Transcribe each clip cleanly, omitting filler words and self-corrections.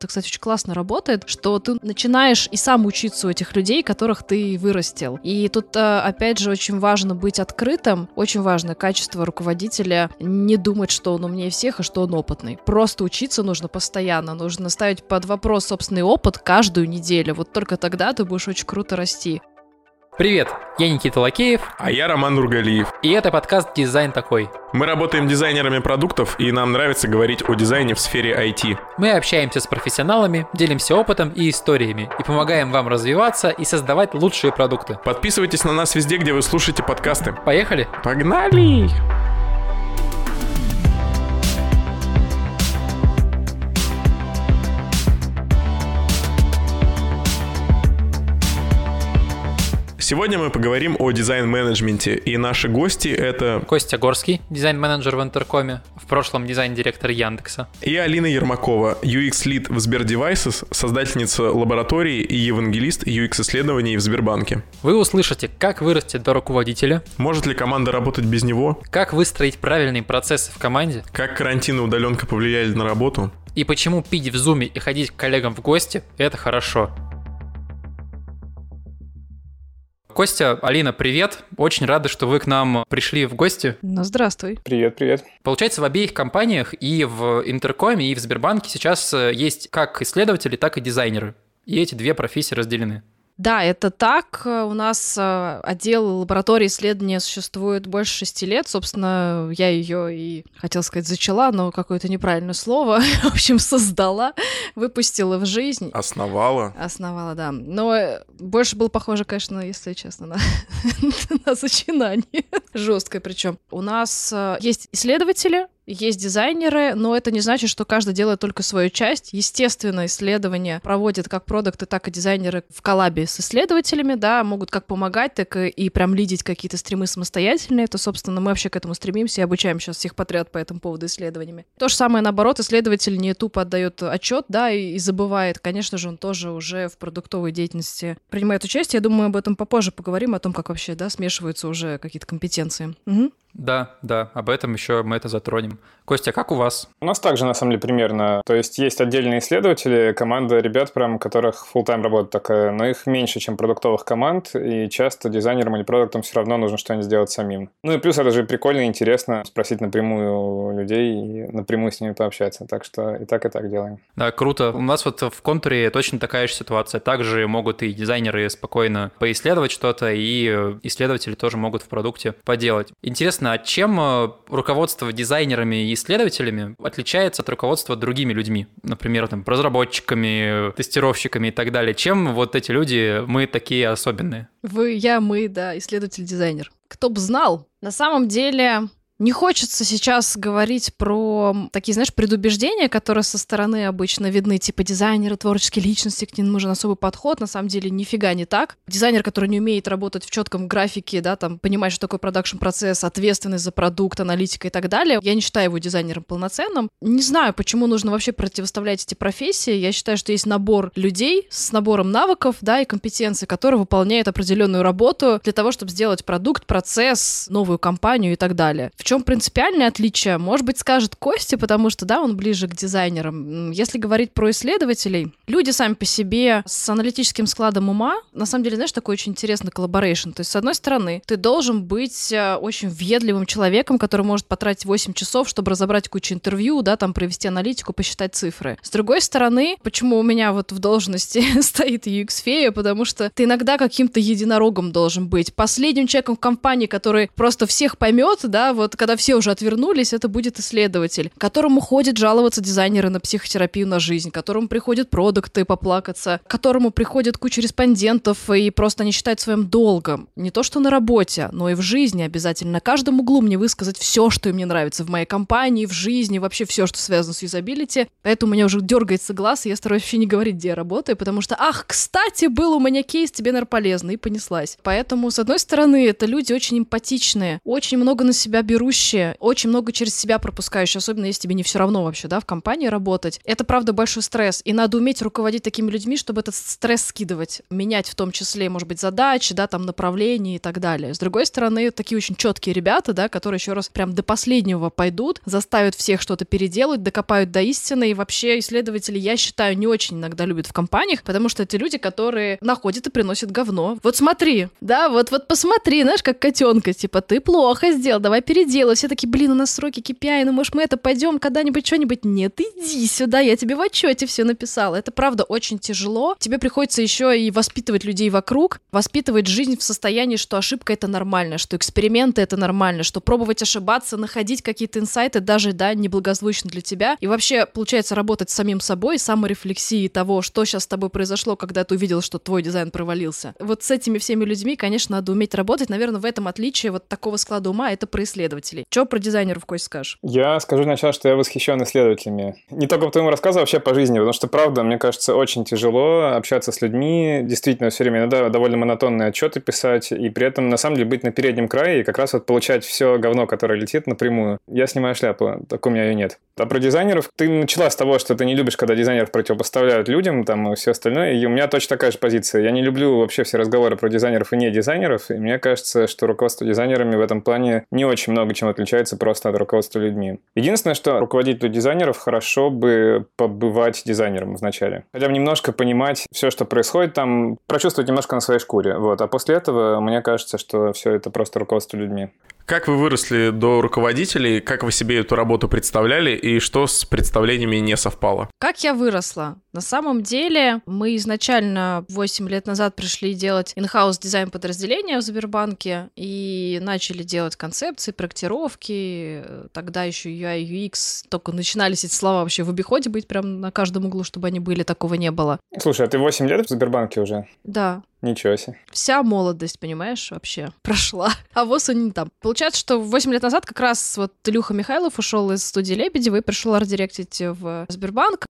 Это, кстати, очень классно работает, что ты начинаешь и сам учиться у этих людей, которых ты вырастил. И тут, опять же, очень важно быть открытым. Очень важно качество руководителя не думать, что он умнее всех и что он опытный. Просто учиться нужно постоянно. Нужно ставить под вопрос собственный опыт каждую неделю. Вот только тогда ты будешь очень круто расти. Привет, я Никита Лакеев. А я Роман Нургалиев. И это подкаст «Дизайн такой». Мы работаем дизайнерами продуктов, и нам нравится говорить о дизайне в сфере IT. Мы общаемся с профессионалами, делимся опытом и историями, и помогаем вам развиваться и создавать лучшие продукты. Подписывайтесь на нас везде, где вы слушаете подкасты. Поехали? Погнали! Сегодня мы поговорим о дизайн-менеджменте, и наши гости — это Костя Горский, дизайн-менеджер в Интеркоме, в прошлом дизайн-директор Яндекса. И Алина Ермакова, UX-лид в Сбердевайсес, создательница лаборатории и евангелист UX-исследований в Сбербанке. Вы услышите, как вырасти до руководителя, может ли команда работать без него, как выстроить правильные процессы в команде, как карантин и удаленка повлияли на работу, и почему пить в зуме и ходить к коллегам в гости – это хорошо. Костя, Алина, привет. Очень рады, что вы к нам пришли в гости. Ну, здравствуй. Привет. Получается, в обеих компаниях, и в Интеркоме, и в Сбербанке сейчас есть как исследователи, так и дизайнеры. И эти две профессии разделены. Да, это так. У нас отдел лаборатории исследования существует больше 6 лет. Собственно, я ее и, хотела сказать, зачала, но какое-то неправильное слово. В общем, создала, выпустила в жизнь. Основала, да. Но больше было похоже, конечно, если честно, на зачинание. Жесткое причем. У нас есть исследователи, есть дизайнеры, но это не значит, что каждый делает только свою часть. Естественно, исследования проводят как продукты, так и дизайнеры в коллабе с исследователями, да, могут как помогать, так и прям лидить какие-то стримы самостоятельные. То, собственно, мы вообще к этому стремимся и обучаем сейчас всех подряд по этому поводу исследованиями. То же самое, наоборот, исследователь не тупо отдает отчет, да, и забывает. Конечно же, он тоже уже в продуктовой деятельности принимает участие. Я думаю, об этом попозже поговорим, о том, как вообще, да, смешиваются уже какие-то компетенции. Угу. Да, об этом еще мы это затронем. Костя, как у вас? У нас также, на самом деле, примерно. То есть отдельные исследователи, команда ребят, прям, у которых full-time работа такая, но их меньше, чем продуктовых команд, и часто дизайнерам или продуктам все равно нужно что-нибудь сделать самим. Ну и плюс это же прикольно и интересно спросить напрямую людей и напрямую с ними пообщаться. Так что и так делаем. Да, круто. У нас вот в Контуре точно такая же ситуация. Также могут и дизайнеры спокойно поисследовать что-то, и исследователи тоже могут в продукте поделать. Интересно, а чем руководство дизайнерами и исследователями отличается от руководства другими людьми? Например, там, разработчиками, тестировщиками и так далее. Чем вот эти люди, мы такие особенные? Вы, я, мы, да, исследователь-дизайнер. Кто бы знал, на самом деле... Не хочется сейчас говорить про такие, знаешь, предубеждения, которые со стороны обычно видны, типа дизайнеры, творческие личности, к ним нужен особый подход. На самом деле нифига не так. Дизайнер, который не умеет работать в четком графике, да, там, понимать, что такое продакшн-процесс, ответственность за продукт, аналитика и так далее, я не считаю его дизайнером полноценным. Не знаю, почему нужно вообще противоставлять эти профессии. Я считаю, что есть набор людей с набором навыков, да, и компетенций, которые выполняют определенную работу для того, чтобы сделать продукт, процесс, новую компанию и так далее. В чем принципиальное отличие? Может быть, скажет Костя, потому что, да, он ближе к дизайнерам. Если говорить про исследователей, люди сами по себе с аналитическим складом ума, на самом деле, знаешь, такой очень интересный коллаборейшн. То есть, с одной стороны, ты должен быть очень въедливым человеком, который может потратить 8 часов, чтобы разобрать кучу интервью, да, там, провести аналитику, посчитать цифры. С другой стороны, почему у меня вот в должности стоит UX-фея, потому что ты иногда каким-то единорогом должен быть. Последним человеком в компании, который просто всех поймет, да, вот когда все уже отвернулись, это будет исследователь, к которому ходят жаловаться дизайнеры на психотерапию на жизнь, к которому приходят продукты поплакаться, к которому приходят куча респондентов, и просто они считают своим долгом. Не то что на работе, но и в жизни обязательно. На каждом углу мне высказать все, что им не нравится в моей компании, в жизни, вообще все, что связано с юзабилити. Поэтому у меня уже дергается глаз, и я стараюсь вообще не говорить, где я работаю, потому что, кстати, был у меня кейс, тебе, наверное, полезно, и понеслась. Поэтому, с одной стороны, это люди очень эмпатичные, очень много на себя берут, орущие, очень много через себя пропускающие, особенно если тебе не все равно вообще, да, в компании работать. Это, правда, большой стресс, и надо уметь руководить такими людьми, чтобы этот стресс скидывать, менять в том числе, может быть, задачи, да, там, направления и так далее. С другой стороны, такие очень четкие ребята, да, которые еще раз прям до последнего пойдут, заставят всех что-то переделать, докопают до истины, и вообще исследователи, я считаю, не очень иногда любят в компаниях, потому что это люди, которые находят и приносят говно. Вот смотри, да, вот посмотри, знаешь, как котенка, типа, ты плохо сделал, давай переделай. Все такие, блин, у нас сроки KPI, ну, может, мы это пойдем когда-нибудь что-нибудь? Нет, иди сюда, я тебе в отчете все написала. Это, правда, очень тяжело. Тебе приходится еще и воспитывать людей вокруг, воспитывать жизнь в состоянии, что ошибка — это нормально, что эксперименты — это нормально, что пробовать ошибаться, находить какие-то инсайты даже, да, неблагозвучно для тебя. И вообще, получается, работать с самим собой, саморефлексией того, что сейчас с тобой произошло, когда ты увидел, что твой дизайн провалился. Вот с этими всеми людьми, конечно, надо уметь работать. Наверное, в этом отличие вот такого склада ума — это про исследователей. Что про дизайнеров, Кость, скажешь? Я скажу сначала, что я восхищен исследователями. Не только по твоему рассказу, а вообще по жизни, потому что, правда, мне кажется, очень тяжело общаться с людьми, действительно, все время иногда довольно монотонные отчеты писать, и при этом, на самом деле, быть на переднем крае и как раз вот получать все говно, которое летит напрямую. Я снимаю шляпу, так у меня ее нет. А про дизайнеров ты начала с того, что ты не любишь, когда дизайнеров противопоставляют людям, там, и все остальное, и у меня точно такая же позиция. Я не люблю вообще все разговоры про дизайнеров и не дизайнеров, и мне кажется, что руководство дизайнерами в этом плане не очень много чем отличается просто от руководства людьми. Единственное, что руководителю дизайнеров хорошо бы побывать дизайнером вначале. Хотя бы немножко понимать все, что происходит там, прочувствовать немножко на своей шкуре. Вот. А после этого, мне кажется, что все это просто руководство людьми. Как вы выросли до руководителей, как вы себе эту работу представляли и что с представлениями не совпало? Как я выросла? На самом деле мы изначально 8 лет назад пришли делать in-house дизайн подразделения в Сбербанке и начали делать концепции, проектировки. Тогда еще UI, UX только начинались эти слова вообще в обиходе быть прям на каждом углу, чтобы они были, такого не было. Слушай, а ты 8 лет в Сбербанке уже? Да. Ничего себе. Вся молодость, понимаешь, вообще прошла. А вот они там. Получается, что 8 лет назад как раз вот Илюха Михайлов ушел из студии Лебедева и пришел ардиректить в Сбербанк.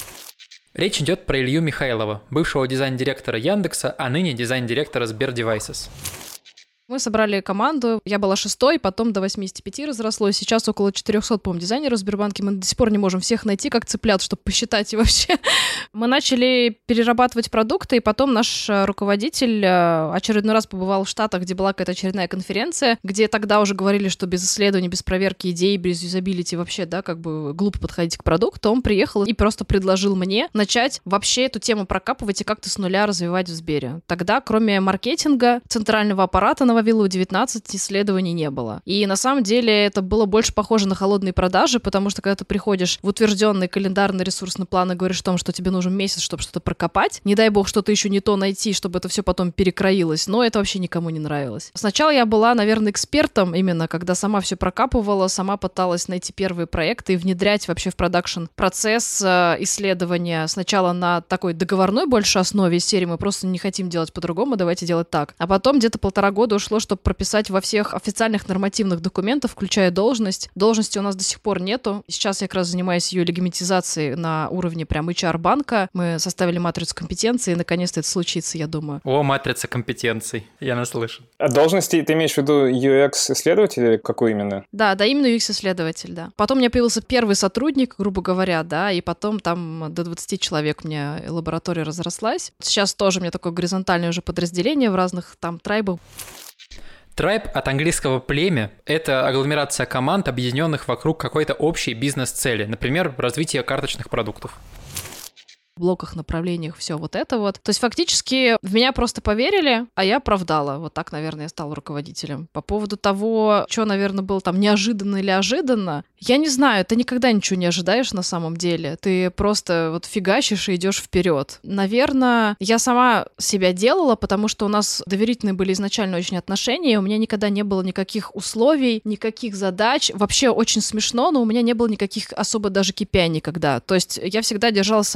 Речь идет про Илью Михайлова, бывшего дизайн-директора Яндекса, а ныне дизайн-директора Сбердевайсес. Мы собрали команду, я была 6-й, потом до 85 разрослось, сейчас около 400, по-моему, дизайнеров в Сбербанке. Мы до сих пор не можем всех найти, как цыплят, чтобы посчитать и вообще. Мы начали перерабатывать продукты, и потом наш руководитель очередной раз побывал в Штатах, где была какая-то очередная конференция, где тогда уже говорили, что без исследований, без проверки идей, без юзабилити вообще, да, как бы глупо подходить к продукту. Он приехал и просто предложил мне начать вообще эту тему прокапывать и как-то с нуля развивать в Сбере. Тогда, кроме маркетинга, центрального аппарата на Вавилову 19 исследований не было. И на самом деле это было больше похоже на холодные продажи, потому что когда ты приходишь в утвержденный календарный ресурсный план и говоришь о том, что тебе нужен месяц, чтобы что-то прокопать, не дай бог что-то еще не то найти, чтобы это все потом перекроилось, но это вообще никому не нравилось. Сначала я была, наверное, экспертом именно, когда сама все прокапывала, сама пыталась найти первые проекты и внедрять вообще в продакшн процесс исследования сначала на такой договорной больше основе из серии «Мы просто не хотим делать по-другому, давайте делать так». А потом где-то 1,5 года ушло, чтобы прописать во всех официальных нормативных документах, включая должность. Должности у нас до сих пор нету. Сейчас я как раз занимаюсь ее легитимизацией на уровне прям HR-банка. Мы составили матрицу компетенций, и наконец-то это случится, я думаю. О, матрица компетенций. Я наслышан. А должности ты имеешь в виду UX-исследователь? Какую именно? Да, именно UX-исследователь, да. Потом у меня появился первый сотрудник, грубо говоря, да, и потом там до 20 человек у меня лаборатория разрослась. Сейчас тоже у меня такое горизонтальное уже подразделение в разных там трайбах. Трайб от английского «племя» — это агломерация команд, объединенных вокруг какой-то общей бизнес-цели, например, развитие карточных продуктов. Блоках, направлениях, все вот это вот. То есть фактически в меня просто поверили, а я оправдала. Вот так, наверное, я стала руководителем. По поводу того, что, наверное, было там неожиданно или ожиданно, я не знаю, ты никогда ничего не ожидаешь на самом деле. Ты просто вот фигачишь и идешь вперед. Наверное, я сама себя делала, потому что у нас доверительные были изначально очень отношения, у меня никогда не было никаких условий, никаких задач. Вообще очень смешно, но у меня не было никаких особо даже KPI никогда. То есть я всегда держалась сама в стороне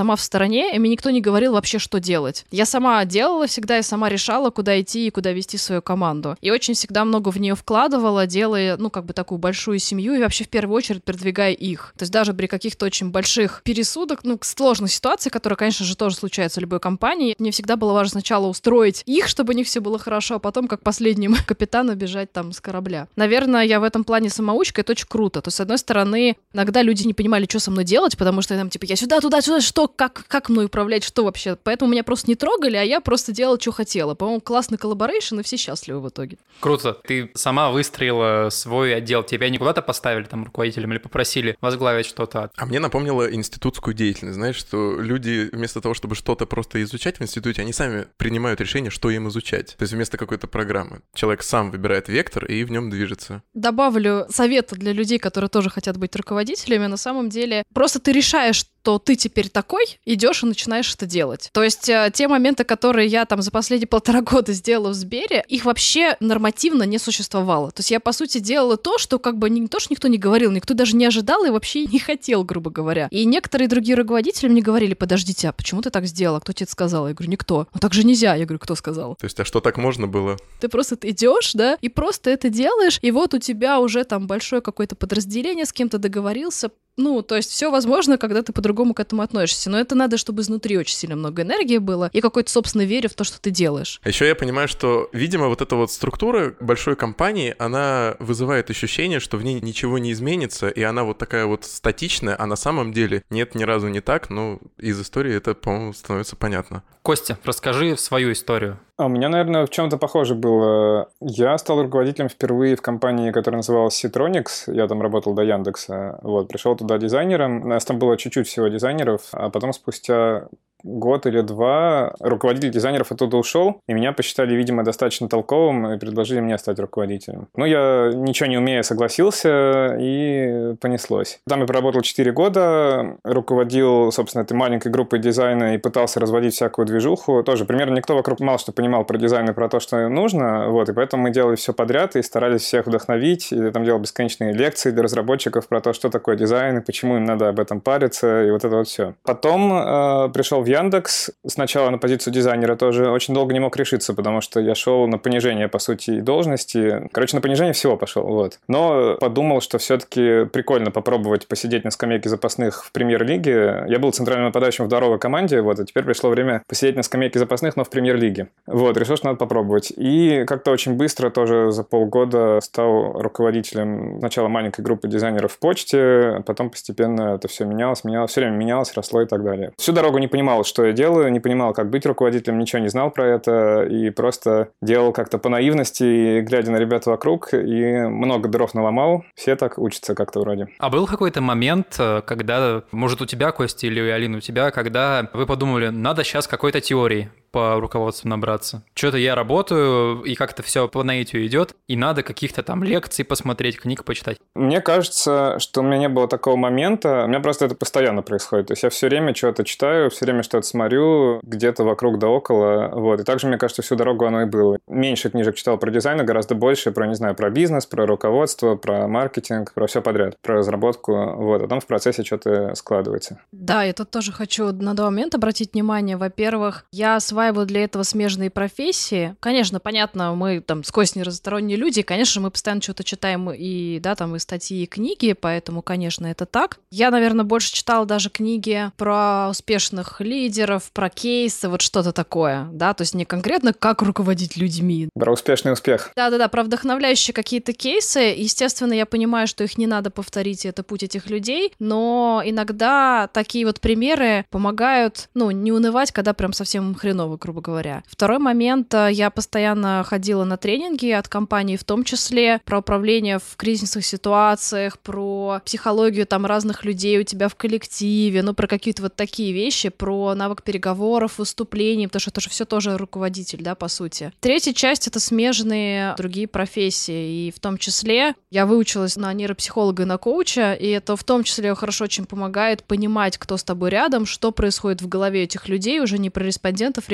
стороне, и мне никто не говорил вообще, что делать. Я сама делала всегда, и сама решала, куда идти и куда вести свою команду. И очень всегда много в нее вкладывала, делая, такую большую семью, и вообще в первую очередь продвигая их. То есть даже при каких-то очень больших пересудах, сложных ситуациях, которые, конечно же, тоже случаются в любой компании, мне всегда было важно сначала устроить их, чтобы у них все было хорошо, а потом, как последним капитану, бежать там с корабля. Наверное, я в этом плане самоучка, это очень круто. То есть, с одной стороны, иногда люди не понимали, что со мной делать, потому что я сюда, туда, сюда, что, как мной управлять, что вообще. Поэтому меня просто не трогали, а я просто делала, что хотела. По-моему, классный коллаборейшн, и все счастливы в итоге. Круто. Ты сама выстроила свой отдел. Тебя не куда-то поставили там руководителем или попросили возглавить что-то? А мне напомнило институтскую деятельность. Знаешь, что люди вместо того, чтобы что-то просто изучать в институте, они сами принимают решение, что им изучать. То есть вместо какой-то программы. Человек сам выбирает вектор и в нем движется. Добавлю совета для людей, которые тоже хотят быть руководителями. На самом деле, просто ты решаешь, что ты теперь такой, идешь и начинаешь это делать. То есть те моменты, которые я там за последние 1,5 года сделала в Сбере, их вообще нормативно не существовало. То есть я, по сути, делала то, что не то, что никто не говорил, никто даже не ожидал и вообще не хотел, грубо говоря. И некоторые другие руководители мне говорили: подождите, а почему ты так сделала? Кто тебе это сказал? Я говорю: никто. Ну так же нельзя. Я говорю: кто сказал? То есть, а что, так можно было? Ты просто идешь, да, и просто это делаешь, и вот у тебя уже там большое какое-то подразделение, с кем ты договорился. То есть все возможно, когда ты по-другому к этому относишься. Но это надо, чтобы изнутри очень сильно много энергии было и какой-то собственной вере в то, что ты делаешь. А еще я понимаю, что, видимо, вот эта вот структура большой компании, она вызывает ощущение, что в ней ничего не изменится, и она вот такая вот статичная, а на самом деле нет, ни разу не так, но из истории это, по-моему, становится понятно. Костя, расскажи свою историю. У меня, наверное, в чем-то похоже было. Я стал руководителем впервые в компании, которая называлась Citronics. Я там работал до Яндекса. Пришел туда дизайнером. У нас там было чуть-чуть всего дизайнеров, а потом спустя год или 2 руководитель дизайнеров оттуда ушел, и меня посчитали, видимо, достаточно толковым и предложили мне стать руководителем. Я, ничего не умея, согласился, и понеслось. Там я проработал 4 года, руководил, собственно, этой маленькой группой дизайна и пытался разводить всякую движуху. Тоже примерно никто вокруг мало что понимал про дизайн и про то, что нужно, и поэтому мы делали все подряд и старались всех вдохновить, и там делал бесконечные лекции для разработчиков про то, что такое дизайн и почему им надо об этом париться, и это все. Потом пришел в Яндекс, сначала на позицию дизайнера тоже очень долго не мог решиться, потому что я шел на понижение, по сути, должности. На понижение всего пошел, Но подумал, что все-таки прикольно попробовать посидеть на скамейке запасных в премьер-лиге. Я был центральным нападающим в здоровой команде, а теперь пришло время посидеть на скамейке запасных, но в премьер-лиге. Решил, что надо попробовать. И как-то очень быстро, тоже за полгода, стал руководителем сначала маленькой группы дизайнеров в почте, а потом постепенно это все менялось, все время менялось, росло и так далее. Всю дорогу не понимал, что я делаю, не понимал, как быть руководителем, ничего не знал про это, и просто делал как-то по наивности, глядя на ребят вокруг, и много дров наломал. Все так учатся как-то вроде. А был какой-то момент, когда, может, у тебя, Костя, или Алина, у тебя, когда вы подумали: надо сейчас какой-то теории по руководству набраться. Что-то я работаю, и как-то все по наитию идет, и надо каких-то там лекций посмотреть, книг почитать. Мне кажется, что у меня не было такого момента. У меня просто это постоянно происходит. То есть я все время что-то читаю, все время что-то смотрю, где-то вокруг да около. И также, мне кажется, всю дорогу оно и было. Меньше книжек читал про дизайн, а гораздо больше про, про бизнес, про руководство, про маркетинг, про все подряд, про разработку. А там в процессе что-то складывается. Да, я тут тоже хочу на 2 момента обратить внимание. Во-первых, я осваиваю для этого смежные профессии. Конечно, понятно, мы там с Костей разносторонние люди, и, конечно, мы постоянно что-то читаем и статьи, и книги, поэтому, конечно, это так. Я, наверное, больше читала даже книги про успешных лидеров, про кейсы, что-то такое, да, то есть не конкретно как руководить людьми. Про успешный успех. Да-да-да, про вдохновляющие какие-то кейсы. Естественно, я понимаю, что их не надо повторить, и это путь этих людей, но иногда такие примеры помогают, не унывать, когда прям совсем хреново, грубо говоря. Второй момент, я постоянно ходила на тренинги от компаний, в том числе про управление в кризисных ситуациях, про психологию разных людей у тебя в коллективе, про какие-то такие вещи, про навык переговоров, выступлений, потому что это же все тоже руководитель, да, по сути. Третья часть — это смежные другие профессии, и в том числе я выучилась на нейропсихолога и на коуча, и это в том числе хорошо очень помогает понимать, кто с тобой рядом, что происходит в голове этих людей, уже не про респондентов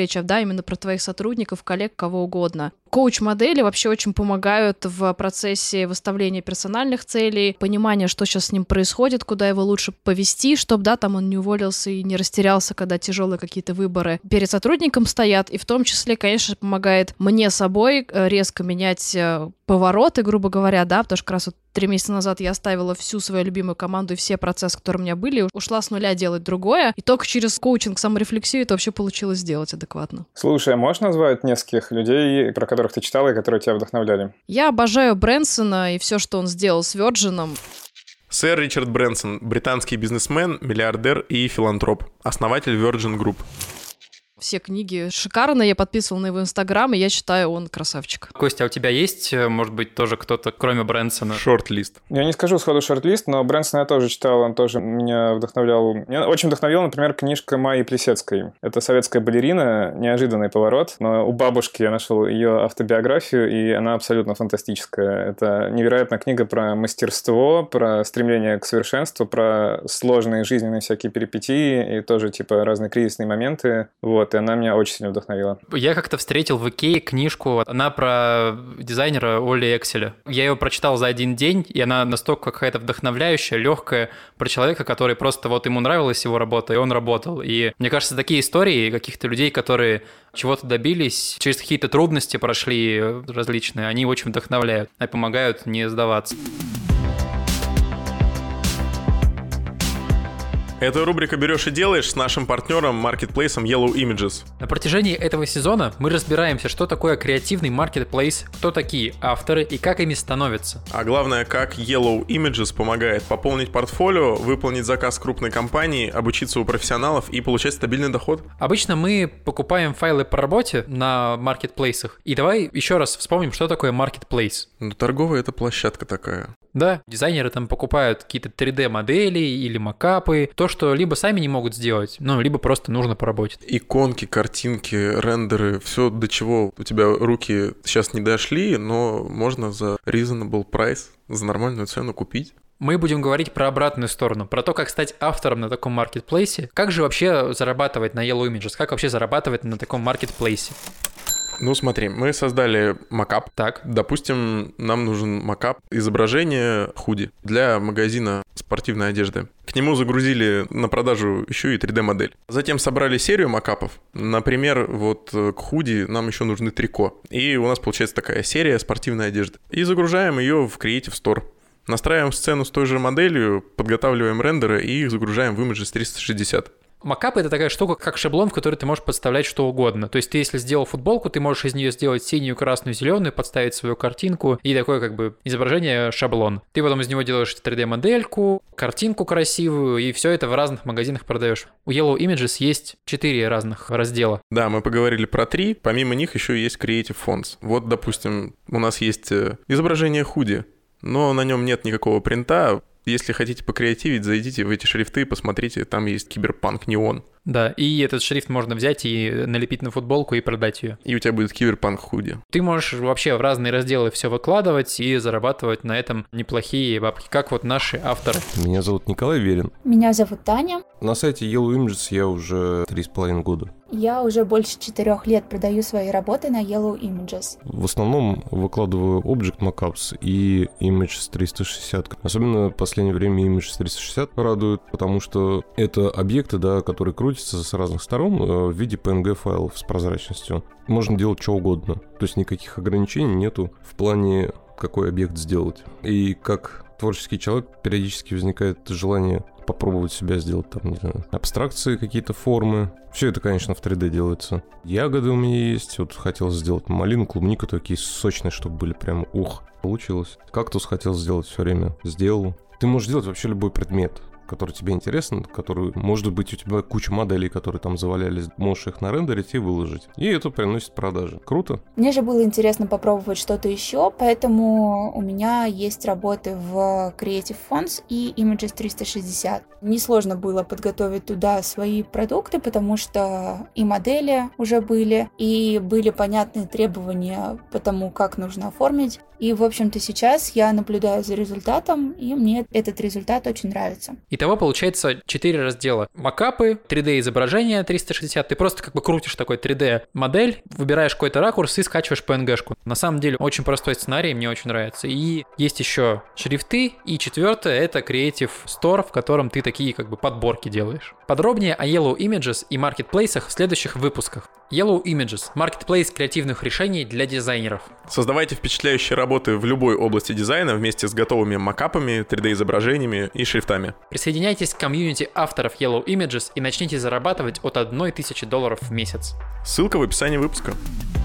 речь, да, именно про твоих сотрудников, коллег, кого угодно. Коуч-модели вообще очень помогают в процессе выставления персональных целей, понимания, что сейчас с ним происходит, куда его лучше повести, чтобы, да, там он не уволился и не растерялся, когда тяжелые какие-то выборы перед сотрудником стоят. И в том числе, конечно, помогает мне собой резко менять повороты, грубо говоря, да, потому что как раз вот 3 месяца назад я оставила всю свою любимую команду и все процессы, которые у меня были, ушла с нуля делать другое, и только через коучинг, саморефлексию это вообще получилось сделать адекватно. Слушай, а можешь назвать нескольких людей, про которых ты читала и которые тебя вдохновляли? Я обожаю Брэнсона и все, что он сделал с Virgin. Сэр Ричард Брэнсон, британский бизнесмен, миллиардер и филантроп, основатель Virgin Group. Все книги шикарные, я подписывала на его Инстаграм, и я считаю, он красавчик. Костя, а у тебя есть, может быть, тоже кто-то, кроме Брэнсона? Шорт-лист. Я не скажу сходу шорт-лист, но Брэнсона я тоже читал, он тоже меня вдохновлял. Меня очень вдохновила, например, книжка Майи Плисецкой. Это советская балерина, неожиданный поворот, но у бабушки я нашел ее автобиографию, и она абсолютно фантастическая. Это невероятная книга про мастерство, про стремление к совершенству, про сложные жизненные всякие перипетии и тоже, типа, разные кризисные моменты. Вот. И она меня очень сильно вдохновила. Я как-то встретил в Икее книжку, она про дизайнера Олли Экселя. Я ее прочитал за один день, и она настолько какая-то вдохновляющая, легкая, про человека, который просто вот ему нравилась его работа, и он работал. И мне кажется, такие истории каких-то людей, которые чего-то добились, через какие-то трудности прошли различные, они очень вдохновляют и помогают не сдаваться. Это рубрика «Берешь и делаешь» с нашим партнером, маркетплейсом Yellow Images. На протяжении этого сезона мы разбираемся, что такое креативный маркетплейс, кто такие авторы и как ими становятся. А главное, как Yellow Images помогает пополнить портфолио, выполнить заказ крупной компании, обучиться у профессионалов и получать стабильный доход. Обычно мы покупаем файлы по работе на маркетплейсах. И давай еще раз вспомним, что такое маркетплейс. Ну, торговая — это площадка такая. Да, дизайнеры там покупают какие-то 3D-модели или макапы, то, что либо сами не могут сделать, ну, либо просто нужно по работе. Иконки, картинки, рендеры, все, до чего у тебя руки сейчас не дошли, но можно за reasonable price, за нормальную цену купить. Мы будем говорить про обратную сторону, про то, как стать автором на таком маркетплейсе, как же вообще зарабатывать на Yellow Images, как вообще зарабатывать на таком маркетплейсе. Ну смотри, мы создали макап. Так. Допустим, нам нужен макап изображения худи для магазина спортивной одежды. К нему загрузили на продажу еще и 3D-модель. Затем собрали серию макапов. Например, вот к худи нам еще нужны трико. И у нас получается такая серия спортивной одежды. И загружаем ее в Creative Store. Настраиваем сцену с той же моделью, подготавливаем рендеры и их загружаем в Images 360. Макап — это такая штука, как шаблон, в который ты можешь подставлять что угодно. То есть ты, если сделал футболку, ты можешь из нее сделать синюю, красную, зеленую, подставить свою картинку и такое как бы изображение шаблон. Ты потом из него делаешь 3D-модельку, картинку красивую, и все это в разных магазинах продаешь. У Yellow Images есть 4 разных раздела. Да, мы поговорили про 3. Помимо них еще есть Creative Fonts. Вот, допустим, у нас есть изображение худи, но на нем нет никакого принта. Если хотите покреативить, зайдите в эти шрифты, посмотрите, там есть киберпанк неон. Да, и этот шрифт можно взять и налепить на футболку и продать ее. И у тебя будет киберпанк худи. Ты можешь вообще в разные разделы все выкладывать и зарабатывать на этом неплохие бабки, как вот наши авторы. Меня зовут Николай Верин. Меня зовут Таня. На сайте Yellow Images я уже 3,5 года. Я уже больше 4 лет продаю свои работы на Yellow Images. В основном выкладываю Object Mockups и Images 360. Особенно в последнее время Images 360 радует, потому что это объекты, да, которые крутятся с разных сторон в виде PNG-файлов с прозрачностью. Можно делать что угодно. То есть никаких ограничений нету в плане, какой объект сделать. И как творческий человек периодически возникает желание попробовать себя сделать, там, не знаю, абстракции, какие-то формы. Все это, конечно, в 3D делается. Ягоды у меня есть. Вот хотел сделать малину, клубнику, такие сочные, чтобы были прям ух. Получилось. Кактус хотел сделать все время. Сделал. Ты можешь делать вообще любой предмет, который тебе интересен, который, может быть, у тебя куча моделей, которые там завалялись, можешь их нарендерить и выложить. И это приносит продажи. Круто. Мне же было интересно попробовать что-то еще, поэтому у меня есть работы в Creative Fonts и Images 360. Несложно было подготовить туда свои продукты, потому что и модели уже были, и были понятные требования по тому, как нужно оформить. И, в общем-то, сейчас я наблюдаю за результатом, и мне этот результат очень нравится. И Итого получается 4 раздела. Макапы, 3D-изображение 360. Ты просто как бы крутишь такой 3D-модель, выбираешь какой-то ракурс и скачиваешь PNG-шку. На самом деле очень простой сценарий, мне очень нравится. И есть еще шрифты. И 4-е — это Creative Store, в котором ты такие как бы подборки делаешь. Подробнее о Yellow Images и маркетплейсах в следующих выпусках. Yellow Images – маркетплейс креативных решений для дизайнеров. Создавайте впечатляющие работы в любой области дизайна вместе с готовыми макапами, 3D-изображениями и шрифтами. Присоединяйтесь к комьюнити авторов Yellow Images и начните зарабатывать от $1000 в месяц. Ссылка в описании выпуска.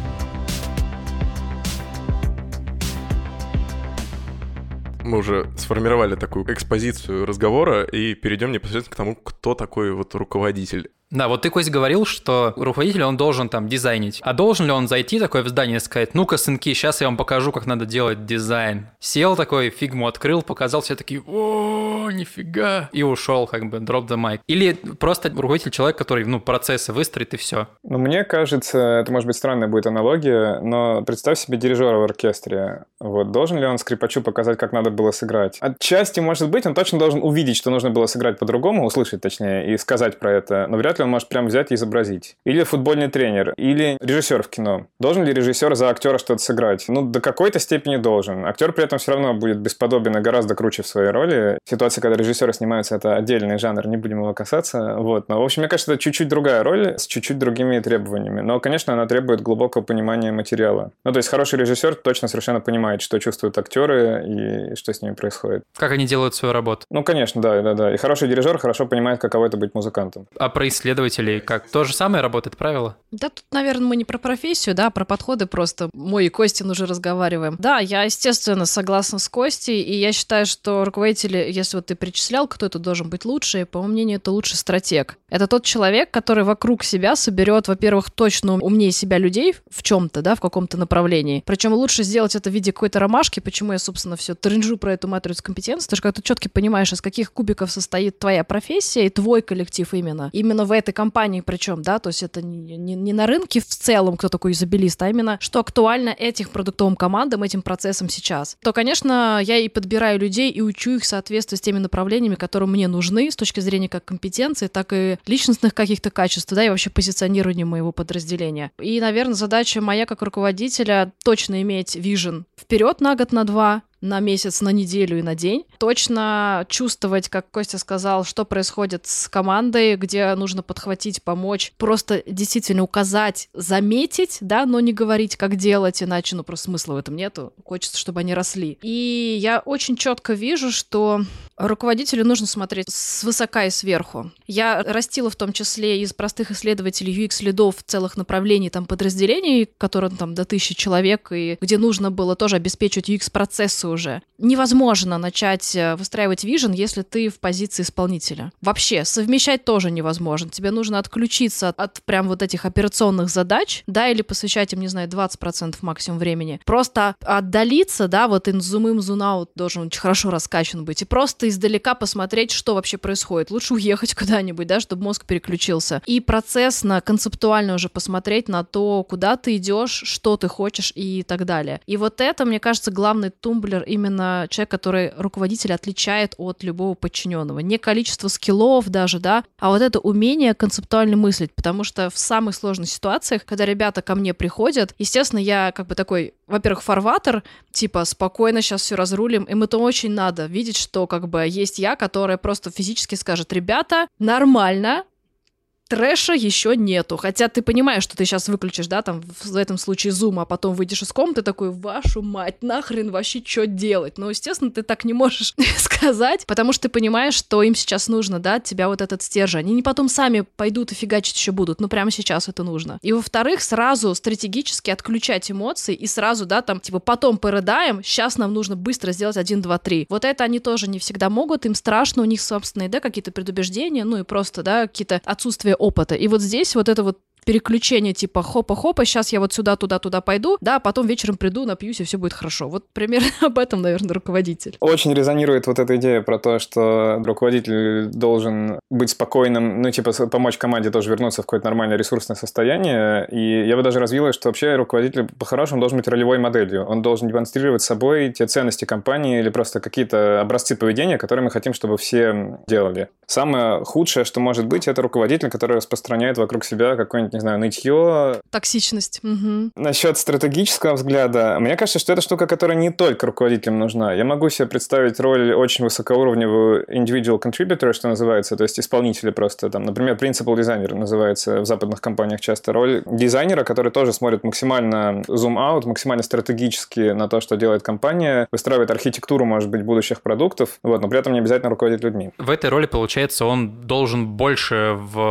Мы уже сформировали такую экспозицию разговора и перейдем непосредственно к тому, кто такой вот руководитель. Да, вот ты, Кость, говорил, что руководитель, он должен там дизайнить. А должен ли он зайти такое в здание и сказать: ну-ка, сынки, сейчас я вам покажу, как надо делать дизайн. Сел такой, фигму открыл, показал, все такие: о, нифига, и ушел, как бы, drop the mic. Или просто руководитель человек, который, процессы выстроит и все. Мне кажется, это может быть странная будет аналогия, но представь себе дирижера в оркестре. Вот, должен ли он скрипачу показать, как надо было сыграть? Отчасти, может быть, он точно должен увидеть, что нужно было сыграть по-другому, услышать, точнее, и сказать про это, но вряд ли он может прям взять и изобразить. Или футбольный тренер, или режиссер в кино. Должен ли режиссер за актера что-то сыграть? До какой-то степени должен. Актер при этом все равно будет бесподобен и гораздо круче в своей роли. Ситуация, когда режиссеры снимаются, это отдельный жанр, не будем его касаться. Вот. Но, в общем, мне кажется, это чуть-чуть другая роль с чуть-чуть другими требованиями. Но, конечно, она требует глубокого понимания материала. То есть хороший режиссер точно совершенно понимает, что чувствуют актеры и что с ними происходит. Как они делают свою работу. Конечно, да. И хороший дирижер хорошо понимает, каково это быть музыкантом. А про исследователей как? То же самое работает правило? Да, тут, наверное, мы не про профессию, да, про подходы просто. Мой и Костин уже разговариваем. Да, я, естественно, согласна с Костей, и я считаю, что руководители, если вот ты перечислял, кто это должен быть лучше, по моему мнению, это лучший стратег. Это тот человек, который вокруг себя соберет, во-первых, точно умнее себя людей в чем-то, да, в каком-то направлении. Причем лучше сделать это в виде какой-то ромашки, почему я, собственно, все трынжу про эту матрицу компетенций, потому что когда ты четко понимаешь, из каких кубиков состоит твоя профессия и твой коллектив именно в этой компании причем, да, то есть это не на рынке в целом, кто такой юзабилист, а именно, что актуально этим продуктовым командам, этим процессам сейчас, то, конечно, я и подбираю людей, и учу их в соответствии с теми направлениями, которые мне нужны с точки зрения как компетенции, так и личностных каких-то качеств, да, и вообще позиционирования моего подразделения. И, наверное, задача моя как руководителя точно иметь вижен вперед на год, на 2, на месяц, на неделю и на день. Точно чувствовать, как Костя сказал, что происходит с командой, где нужно подхватить, помочь, просто действительно указать, заметить, да, но не говорить, как делать, иначе, просто смысла в этом нету. Хочется, чтобы они росли. И я очень четко вижу, что руководителю нужно смотреть свысока и сверху. Я растила в том числе из простых исследователей UX-лидов целых направлений, там, подразделений, которые там до 1000 человек, и где нужно было тоже обеспечивать UX-процессы уже. Невозможно начать выстраивать вижен, если ты в позиции исполнителя. Вообще, совмещать тоже невозможно. Тебе нужно отключиться от прям вот этих операционных задач, да, или посвящать им, не знаю, 20% максимум времени. Просто отдалиться, да, вот in-zoom-in, zoom-out должен очень хорошо раскачан быть, и просто издалека посмотреть, что вообще происходит. Лучше уехать куда-нибудь, да, чтобы мозг переключился. И процессно, концептуально уже посмотреть на то, куда ты идешь, что ты хочешь и так далее. И вот это, мне кажется, главный тумблер именно человек, который руководителя отличает от любого подчиненного. Не количество скиллов даже, да, а вот это умение концептуально мыслить, потому что в самых сложных ситуациях, когда ребята ко мне приходят, естественно, я как бы такой, во-первых, фарватер, типа, спокойно, сейчас все разрулим, им это очень надо, видеть, что как бы есть я, которая просто физически скажет: ребята, нормально, трэша еще нету. Хотя ты понимаешь, что ты сейчас выключишь, да, там, в этом случае зум, а потом выйдешь из комнаты такой: вашу мать, нахрен вообще что делать? Ну, естественно, ты так не можешь сказать, потому что ты понимаешь, что им сейчас нужно, да, от тебя вот этот стержень. Они не потом сами пойдут и фигачить еще будут, но прямо сейчас это нужно. И, во-вторых, сразу стратегически отключать эмоции и сразу, да, там, типа, потом порыдаем, сейчас нам нужно быстро сделать 1, 2, 3. Вот это они тоже не всегда могут, им страшно, у них собственные, да, какие-то предубеждения, ну и просто, да, какие-то отсутствия опыта. И вот здесь вот это вот переключение типа хопа-хопа, сейчас я вот сюда, туда пойду, да, потом вечером приду, напьюсь, и все будет хорошо. Вот примерно об этом, наверное, руководитель. Очень резонирует вот эта идея про то, что руководитель должен быть спокойным, ну, типа, помочь команде тоже вернуться в какое-то нормальное ресурсное состояние. И я бы даже развила, что вообще руководитель по-хорошему должен быть ролевой моделью. Он должен демонстрировать собой те ценности компании или просто какие-то образцы поведения, которые мы хотим, чтобы все делали. Самое худшее, что может быть, это руководитель, который распространяет вокруг себя какое-нибудь, не знаю, нытье. Токсичность. Угу. Насчет стратегического взгляда, мне кажется, что это штука, которая не только руководителям нужна. Я могу себе представить роль очень высокоуровневого individual contributor, что называется, то есть исполнителя просто. Там, например, principal designer называется в западных компаниях часто. Роль дизайнера, который тоже смотрит максимально zoom-out, максимально стратегически на то, что делает компания, выстраивает архитектуру, может быть, будущих продуктов, вот, но при этом не обязательно руководить людьми. В этой роли, получается, он должен больше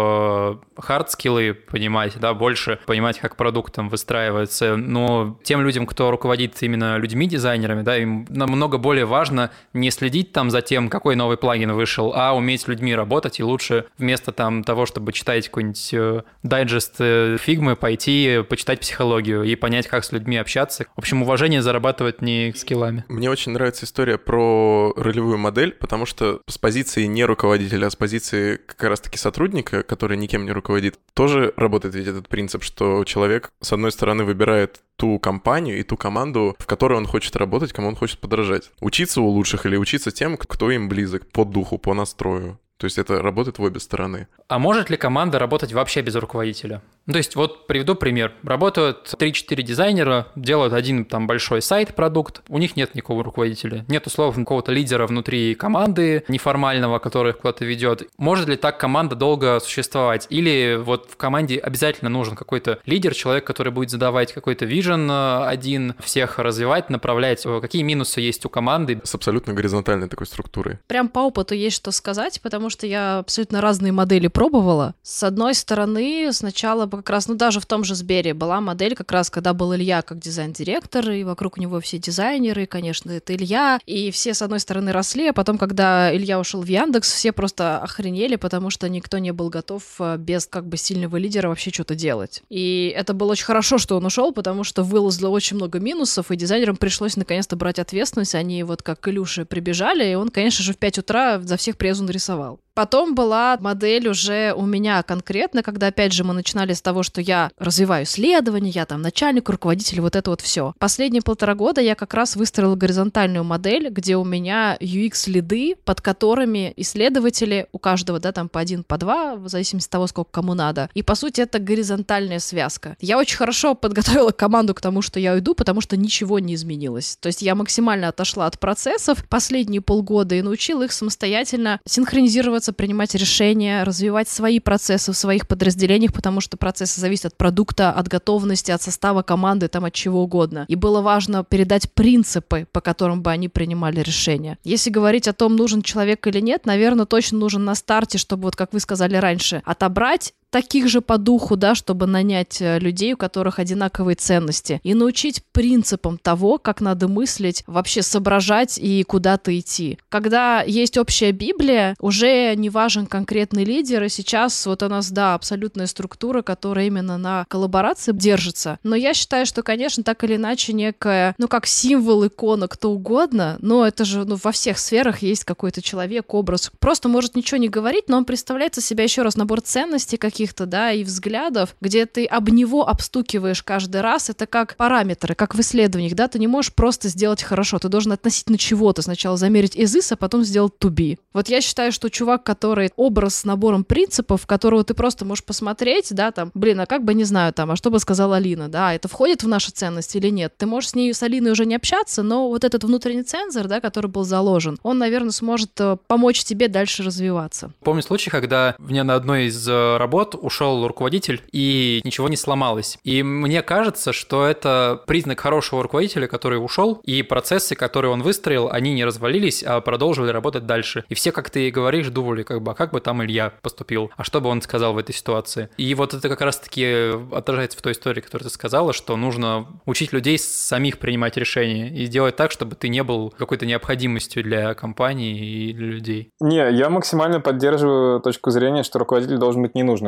в хард-скиллы понимать, да, больше понимать, как продукт там выстраивается. Но тем людям, кто руководит именно людьми-дизайнерами, да, им намного более важно не следить там за тем, какой новый плагин вышел, а уметь с людьми работать, и лучше вместо там того, чтобы читать какой-нибудь дайджест фигмы, пойти почитать психологию и понять, как с людьми общаться. В общем, уважение зарабатывать не скиллами. Мне очень нравится история про ролевую модель, потому что с позиции не руководителя, а с позиции как раз-таки сотрудника, который никем не руководит, тоже работает ведь этот принцип, что человек, с одной стороны, выбирает ту компанию и ту команду, в которой он хочет работать, кому он хочет подражать. Учиться у лучших или учиться тем, кто им близок, по духу, по настрою. То есть это работает в обе стороны. А может ли команда работать вообще без руководителя? Ну, то есть вот приведу пример. Работают 3-4 дизайнера, делают один там большой сайт-продукт, у них нет никакого руководителя, нет условно какого-то лидера внутри команды неформального, который их куда-то ведет. Может ли так команда долго существовать? Или вот в команде обязательно нужен какой-то лидер, человек, который будет задавать какой-то вижен один, всех развивать, направлять? Какие минусы есть у команды? С абсолютно горизонтальной такой структурой. Прям по опыту есть что сказать, потому что я абсолютно разные модели пробовала. С одной стороны, сначала как раз, даже в том же Сбере была модель как раз, когда был Илья как дизайн-директор, и вокруг него все дизайнеры, и, конечно, это Илья, и все, с одной стороны, росли, а потом, когда Илья ушел в Яндекс, все просто охренели, потому что никто не был готов без как бы сильного лидера вообще что-то делать. И это было очень хорошо, что он ушел, потому что вылезло очень много минусов, и дизайнерам пришлось наконец-то брать ответственность. Они вот как к Илюше прибежали, и он, конечно же, в 5 утра за всех презу нарисовал. Потом была модель уже у меня конкретно, когда, опять же, мы начинали с того, что я развиваю исследования, я там начальник, руководитель, вот это вот все. Последние 1,5 года я как раз выстроила горизонтальную модель, где у меня UX-лиды, под которыми исследователи, у каждого, да, там по 1, по 2, в зависимости от того, сколько кому надо. И, по сути, это горизонтальная связка. Я очень хорошо подготовила команду к тому, что я уйду, потому что ничего не изменилось. То есть я максимально отошла от процессов последние полгода и научила их самостоятельно синхронизироваться, принимать решения, развивать свои процессы в своих подразделениях, потому что процессы зависят от продукта, от готовности, от состава команды, там от чего угодно. И было важно передать принципы, по которым бы они принимали решения. Если говорить о том, нужен человек или нет, наверное, точно нужен на старте, чтобы, вот как вы сказали раньше, отобрать таких же по духу, да, чтобы нанять людей, у которых одинаковые ценности, и научить принципам того, как надо мыслить, вообще соображать и куда-то идти. Когда есть общая Библия, уже не важен конкретный лидер, и сейчас вот у нас, да, абсолютная структура, которая именно на коллаборации держится. Но я считаю, что, конечно, так или иначе некая, как символ, икона, кто угодно, но это же, во всех сферах есть какой-то человек, образ. Просто может ничего не говорить, но он представляет из себя еще раз набор ценностей каких-то, да, и взглядов, где ты об него обстукиваешь каждый раз. Это как параметры, как в исследованиях, да, ты не можешь просто сделать хорошо, ты должен относительно чего-то сначала замерить as is, а потом сделать to be. Вот я считаю, что чувак, который образ с набором принципов, которого ты просто можешь посмотреть, да, там, а как бы, не знаю, там, а что бы сказала Алина, да, это входит в наши ценности или нет? Ты можешь с ней, с Алиной уже не общаться, но вот этот внутренний цензор, да, который был заложен, он, наверное, сможет помочь тебе дальше развиваться. Помню случай, когда мне на одной из работ ушел руководитель, и ничего не сломалось. И мне кажется, что это признак хорошего руководителя, который ушел, и процессы, которые он выстроил, они не развалились, а продолжили работать дальше. И все, как ты и говоришь, думали, а как бы там Илья поступил, а что бы он сказал в этой ситуации. И вот это как раз-таки отражается в той истории, которую ты сказала, что нужно учить людей самих принимать решения и делать так, чтобы ты не был какой-то необходимостью для компании и для людей. Не, я максимально поддерживаю точку зрения, что руководитель должен быть ненужным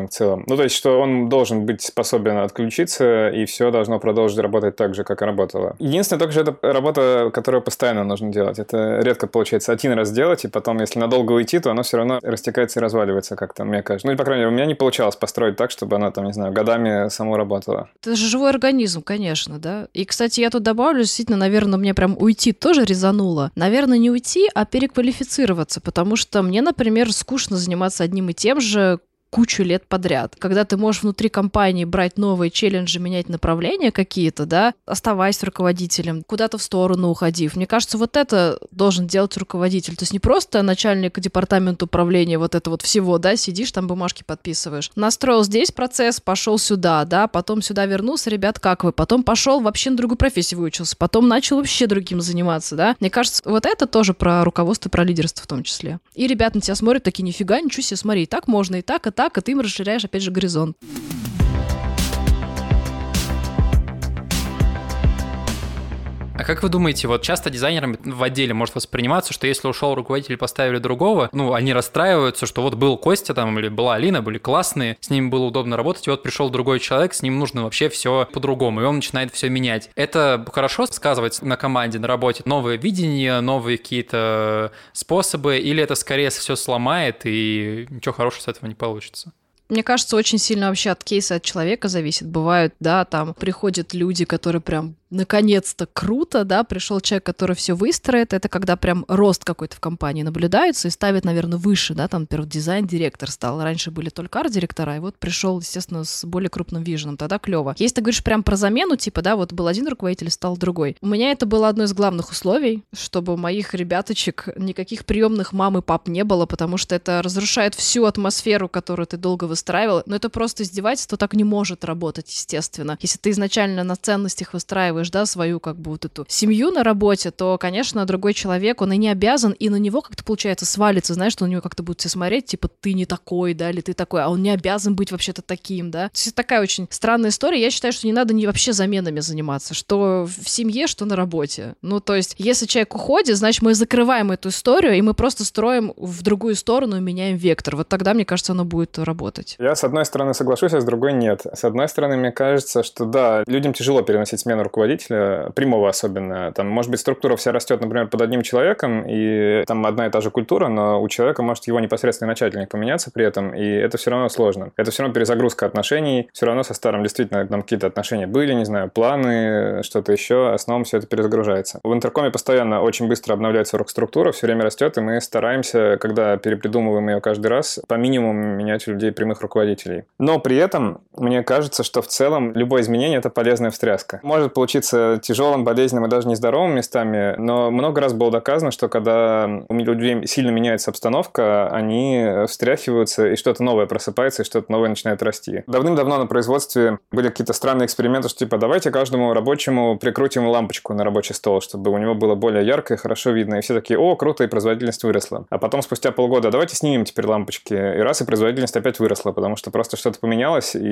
в целом. Ну, то есть, что он должен быть способен отключиться, и все должно продолжить работать так же, как и работало. Единственное, только что это работа, которую постоянно нужно делать. Это редко получается один раз делать, и потом, если надолго уйти, то оно все равно растекается и разваливается как-то, мне кажется. Ну, или, по крайней мере, у меня не получалось построить так, чтобы она там, не знаю, годами само работала. Это же живой организм, конечно, да. И, кстати, я тут добавлю, действительно, наверное, мне прям уйти тоже резануло. Наверное, не уйти, а переквалифицироваться, потому что мне, например, скучно заниматься одним и тем же кучу лет подряд. Когда ты можешь внутри компании брать новые челленджи, менять направления какие-то, да, оставаясь руководителем, куда-то в сторону уходив. Мне кажется, вот это должен делать руководитель. То есть не просто начальник департамента управления вот это вот всего, да, сидишь, там бумажки подписываешь. Настроил здесь процесс, пошел сюда, да, потом сюда вернулся, ребят, как вы? Потом пошел вообще на другую профессию выучился, потом начал вообще другим заниматься, да. Мне кажется, вот это тоже про руководство, про лидерство в том числе. И ребята на тебя смотрят такие, нифига, ничего себе, смотри, и так можно, и так, и ты им расширяешь, опять же, горизонт. А как вы думаете, вот часто дизайнерам в отделе может восприниматься, что если ушел руководитель и поставили другого, ну, они расстраиваются, что вот был Костя там или была Алина, были классные, с ними было удобно работать, и вот пришел другой человек, с ним нужно вообще все по-другому, и он начинает все менять. Это хорошо сказывается на команде, на работе? Новое видение, новые какие-то способы, или это скорее все сломает, и ничего хорошего с этого не получится? Мне кажется, очень сильно вообще от кейса, от человека зависит. Бывают, да, там приходят люди, которые прям наконец-то круто, да, пришел человек, который все выстроит. Это когда прям рост какой-то в компании наблюдается и ставит, наверное, выше, да, там, например, дизайн-директор стал. Раньше были только арт-директора, и вот пришел, естественно, с более крупным виженом. Тогда клево. Если ты говоришь прям про замену, типа, да, вот был один руководитель, стал другой. У меня это было одно из главных условий, чтобы у моих ребяточек никаких приемных мам и пап не было, потому что это разрушает всю атмосферу, которую ты долго выстраивал. Но это просто издевательство, так не может работать, естественно. Если ты изначально на ценностях выстраиваешь, да, свою как бы вот эту семью на работе, то, конечно, другой человек, он и не обязан, и на него как-то, получается, свалится, знаешь, что на него как-то будут все смотреть, типа, ты не такой, да, или ты такой, а он не обязан быть вообще-то таким, да. То есть это такая очень странная история. Я считаю, что не надо вообще заменами заниматься, что в семье, что на работе. Ну, то есть, если человек уходит, значит, мы закрываем эту историю, и мы просто строим в другую сторону и меняем вектор. Вот тогда, мне кажется, оно будет работать. Я, с одной стороны, соглашусь, а с другой нет. С одной стороны, мне кажется, что да, людям тяжело переносить смену руководителя, прямого особенно. Там, может быть, структура вся растет, например, под одним человеком, и там одна и та же культура, но у человека может его непосредственный начальник поменяться при этом, и это все равно сложно. Это все равно перезагрузка отношений, все равно со старым действительно там какие-то отношения были, не знаю, планы, что-то еще, а с новым все это перезагружается. В Интеркоме постоянно очень быстро обновляется оргструктура, все время растет, и мы стараемся, когда перепридумываем ее каждый раз, по минимуму менять людей прямых руководителей. Но при этом, мне кажется, что в целом любое изменение – это полезная встряска. Может получиться тяжелым, болезненным и даже нездоровым местами, но много раз было доказано, что когда у людей сильно меняется обстановка, они встряхиваются, и что-то новое просыпается, и что-то новое начинает расти. Давным-давно на производстве были какие-то странные эксперименты, что типа давайте каждому рабочему прикрутим лампочку на рабочий стол, чтобы у него было более ярко и хорошо видно. И все такие, о, круто, и производительность выросла. А потом спустя полгода давайте снимем теперь лампочки, и раз, и производительность опять выросла, потому что просто что-то поменялось, и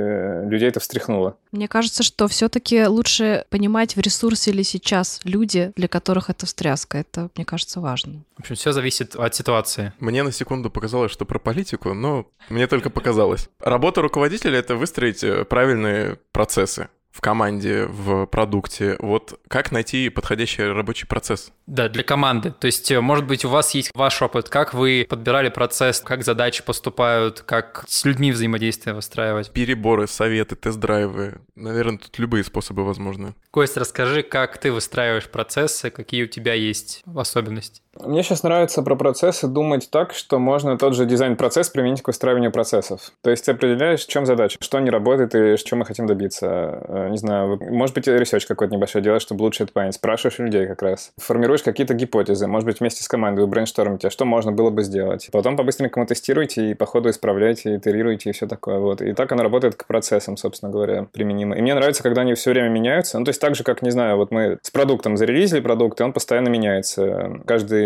людей это встряхнуло. Мне кажется, что все-таки лучше понимать, в ресурсе ли сейчас люди, для которых это встряска. Это, мне кажется, важно. В общем, все зависит от ситуации. Мне на секунду показалось, что про политику, но мне только показалось. Работа руководителя — это выстроить правильные процессы в команде, в продукте. Вот как найти подходящий рабочий процесс? Да, для команды. То есть, может быть, у вас есть ваш опыт, как вы подбирали процесс, как задачи поступают, как с людьми взаимодействие выстраивать? Переборы, советы, тест-драйвы. Наверное, тут любые способы возможны. Кость, расскажи, как ты выстраиваешь процессы, какие у тебя есть особенности? Мне сейчас нравится про процессы думать так, что можно тот же дизайн-процесс применить к выстраиванию процессов. То есть ты определяешь, в чем задача, что не работает и что мы хотим добиться. Не знаю, может быть, ресерч какой-то небольшой делаешь, чтобы лучше это понять. Спрашиваешь людей как раз. Формируешь какие-то гипотезы. Может быть, вместе с командой вы брейнштормите, что можно было бы сделать. Потом по-быстренькому тестируйте и по ходу исправляйте, итерируйте и все такое. Вот. И так оно работает к процессам, собственно говоря, применимо. И мне нравится, когда они все время меняются. Ну, то есть так же, как, не знаю, вот мы с продуктом зарелизили продукт, и он постоянно меняется. Каждый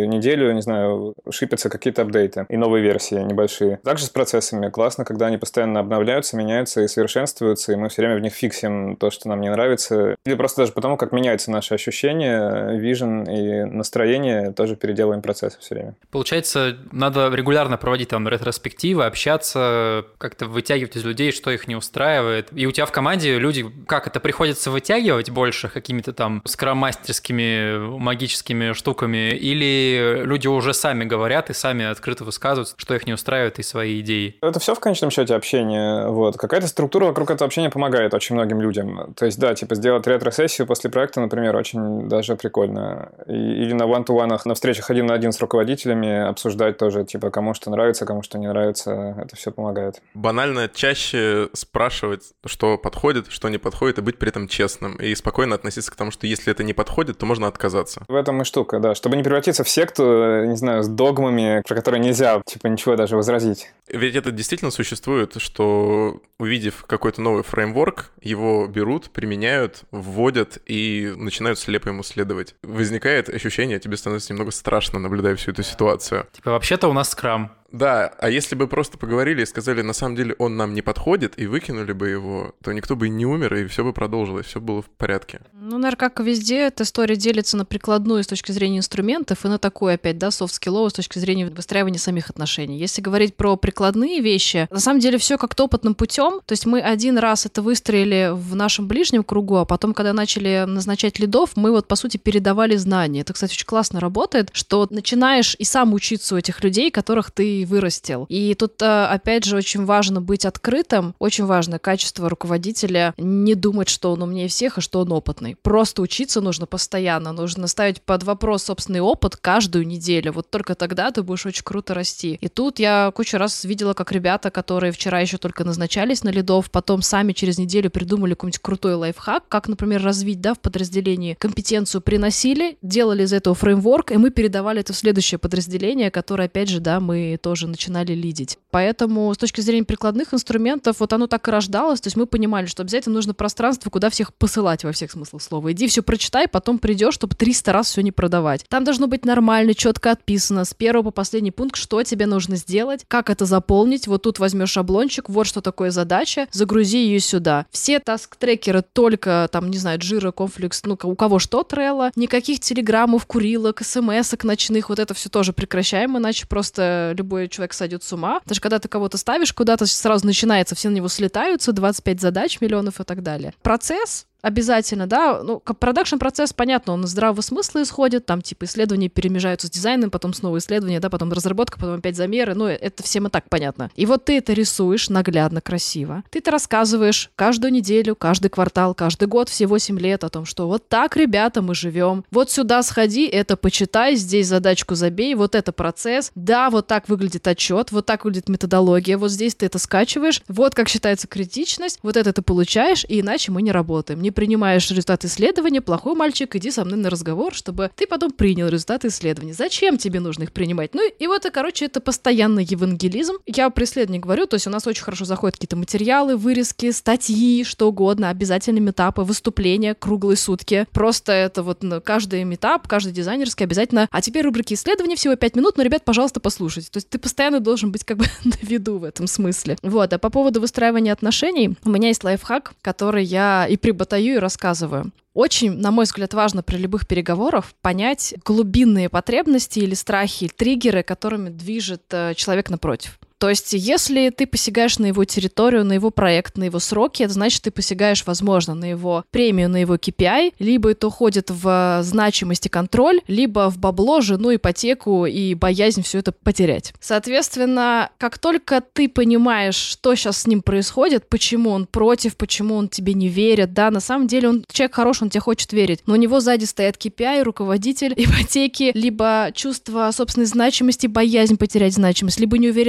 каждую неделю, не знаю, шипятся какие-то апдейты и новые версии небольшие. Также с процессами классно, когда они постоянно обновляются, меняются и совершенствуются, и мы все время в них фиксим то, что нам не нравится. Или просто даже потому, как меняются наши ощущения, вижен и настроение, тоже переделываем процессы все время. Получается, надо регулярно проводить там ретроспективы, общаться, как-то вытягивать из людей, что их не устраивает. И у тебя в команде люди, как это приходится вытягивать больше какими-то там скрам-мастерскими магическими штуками, или люди уже сами говорят и сами открыто высказываются, что их не устраивает, и свои идеи? Это все в конечном счете общение. Вот. Какая-то структура вокруг этого общения помогает очень многим людям. То есть, да, типа сделать ретро-сессию после проекта, например, очень даже прикольно. Или на one-to-one, на встречах 1 на 1 с руководителями обсуждать тоже, типа, кому что нравится, кому что не нравится. Это все помогает. Банально чаще спрашивать, что подходит, что не подходит, и быть при этом честным. И спокойно относиться к тому, что если это не подходит, то можно отказаться. В этом и штука, да. Чтобы не превратиться в секту, не знаю, с догмами, про которые нельзя, типа, ничего даже возразить. Ведь это действительно существует, что, увидев какой-то новый фреймворк, его берут, применяют, вводят и начинают слепо ему следовать. Возникает ощущение, тебе становится немного страшно, наблюдая всю эту ситуацию. Типа, вообще-то у нас скрам. Да, а если бы просто поговорили и сказали, на самом деле он нам не подходит, и выкинули бы его, то никто бы и не умер, и все бы продолжилось, все было в порядке. Ну, наверное, как и везде, эта история делится на прикладную с точки зрения инструментов и на такую, опять, да, софт-скилловую с точки зрения выстраивания самих отношений. Если говорить про прикладные вещи, на самом деле все как-то опытным путем. То есть мы один раз это выстроили в нашем ближнем кругу, а потом, когда начали назначать лидов, мы вот, по сути, передавали знания. Это, кстати, очень классно работает, что начинаешь и сам учиться у этих людей, которых ты вырастил. И тут, опять же, очень важно быть открытым, очень важно качество руководителя, не думать, что он умнее всех и что он опытный. Просто учиться нужно постоянно, нужно ставить под вопрос собственный опыт каждую неделю. Вот только тогда ты будешь очень круто расти. И тут я кучу раз видела, как ребята, которые вчера еще только назначались на лидов, потом сами через неделю придумали какой-нибудь крутой лайфхак, как, например, развить, да, в подразделении компетенцию, приносили, делали из этого фреймворк, и мы передавали это в следующее подразделение, которое, опять же, да, мы тоже начинали лидить. Поэтому с точки зрения прикладных инструментов вот оно так и рождалось, то есть мы понимали, что обязательно нужно пространство, куда всех посылать во всех смыслах слова. Иди все прочитай, потом придешь, чтобы 300 раз все не продавать. Там должно быть нормально, четко отписано, с первого по последний пункт, что тебе нужно сделать, как это заполнить. Вот тут возьмешь шаблончик, вот что такое задача, загрузи ее сюда. Все таск-трекеры только, там, не знаю, Jira, Confluence, ну, у кого что, Trello, никаких телеграммов, курилок, смс-ок ночных, вот это все тоже прекращаем, иначе просто любой человек сойдет с ума. Даже когда ты кого-то ставишь куда-то, сразу начинается, все на него слетаются, 25 задач, миллионов и так далее. Процесс обязательно, да, ну, продакшн-процесс, понятно, он из здравого смысла исходит, там, типа, исследования перемежаются с дизайном, потом снова исследования, да, потом разработка, потом опять замеры, ну, это всем и так понятно. И вот ты это рисуешь наглядно, красиво. Ты это рассказываешь каждую неделю, каждый квартал, каждый год, все 8 лет о том, что вот так, ребята, мы живем. Вот сюда сходи, это почитай, здесь задачку забей, вот это процесс. Да, вот так выглядит отчет, вот так выглядит методология, вот здесь ты это скачиваешь, вот как считается критичность, вот это ты получаешь, и иначе мы не работаем. Не принимаешь результат исследования, плохой мальчик, иди со мной на разговор, чтобы ты потом принял результаты исследования. Зачем тебе нужно их принимать? Ну и вот, короче, это постоянный евангелизм. Я про исследование говорю, то есть у нас очень хорошо заходят какие-то материалы, вырезки, статьи, что угодно, обязательно митапы, выступления круглые сутки. Просто это вот каждый митап, каждый дизайнерский обязательно. А теперь рубрики исследования, всего 5 минут, но, ребят, пожалуйста, послушайте. То есть ты постоянно должен быть как бы на виду в этом смысле. Вот, а по поводу выстраивания отношений, у меня есть лайфхак, который я и преподаю, и рассказываю. Очень, на мой взгляд, важно при любых переговорах понять глубинные потребности или страхи, триггеры, которыми движет человек напротив. То есть, если ты посягаешь на его территорию, на его проект, на его сроки, это значит, ты посягаешь, возможно, на его премию, на его KPI, либо это уходит в значимость и контроль, либо в бабло, жену, ипотеку и боязнь все это потерять. Соответственно, как только ты понимаешь, что сейчас с ним происходит, почему он против, почему он тебе не верит, да, на самом деле он человек хороший, он тебе хочет верить, но у него сзади стоят KPI, руководитель, ипотеки, либо чувство собственной значимости, боязнь потерять значимость, либо неуверенность в себе,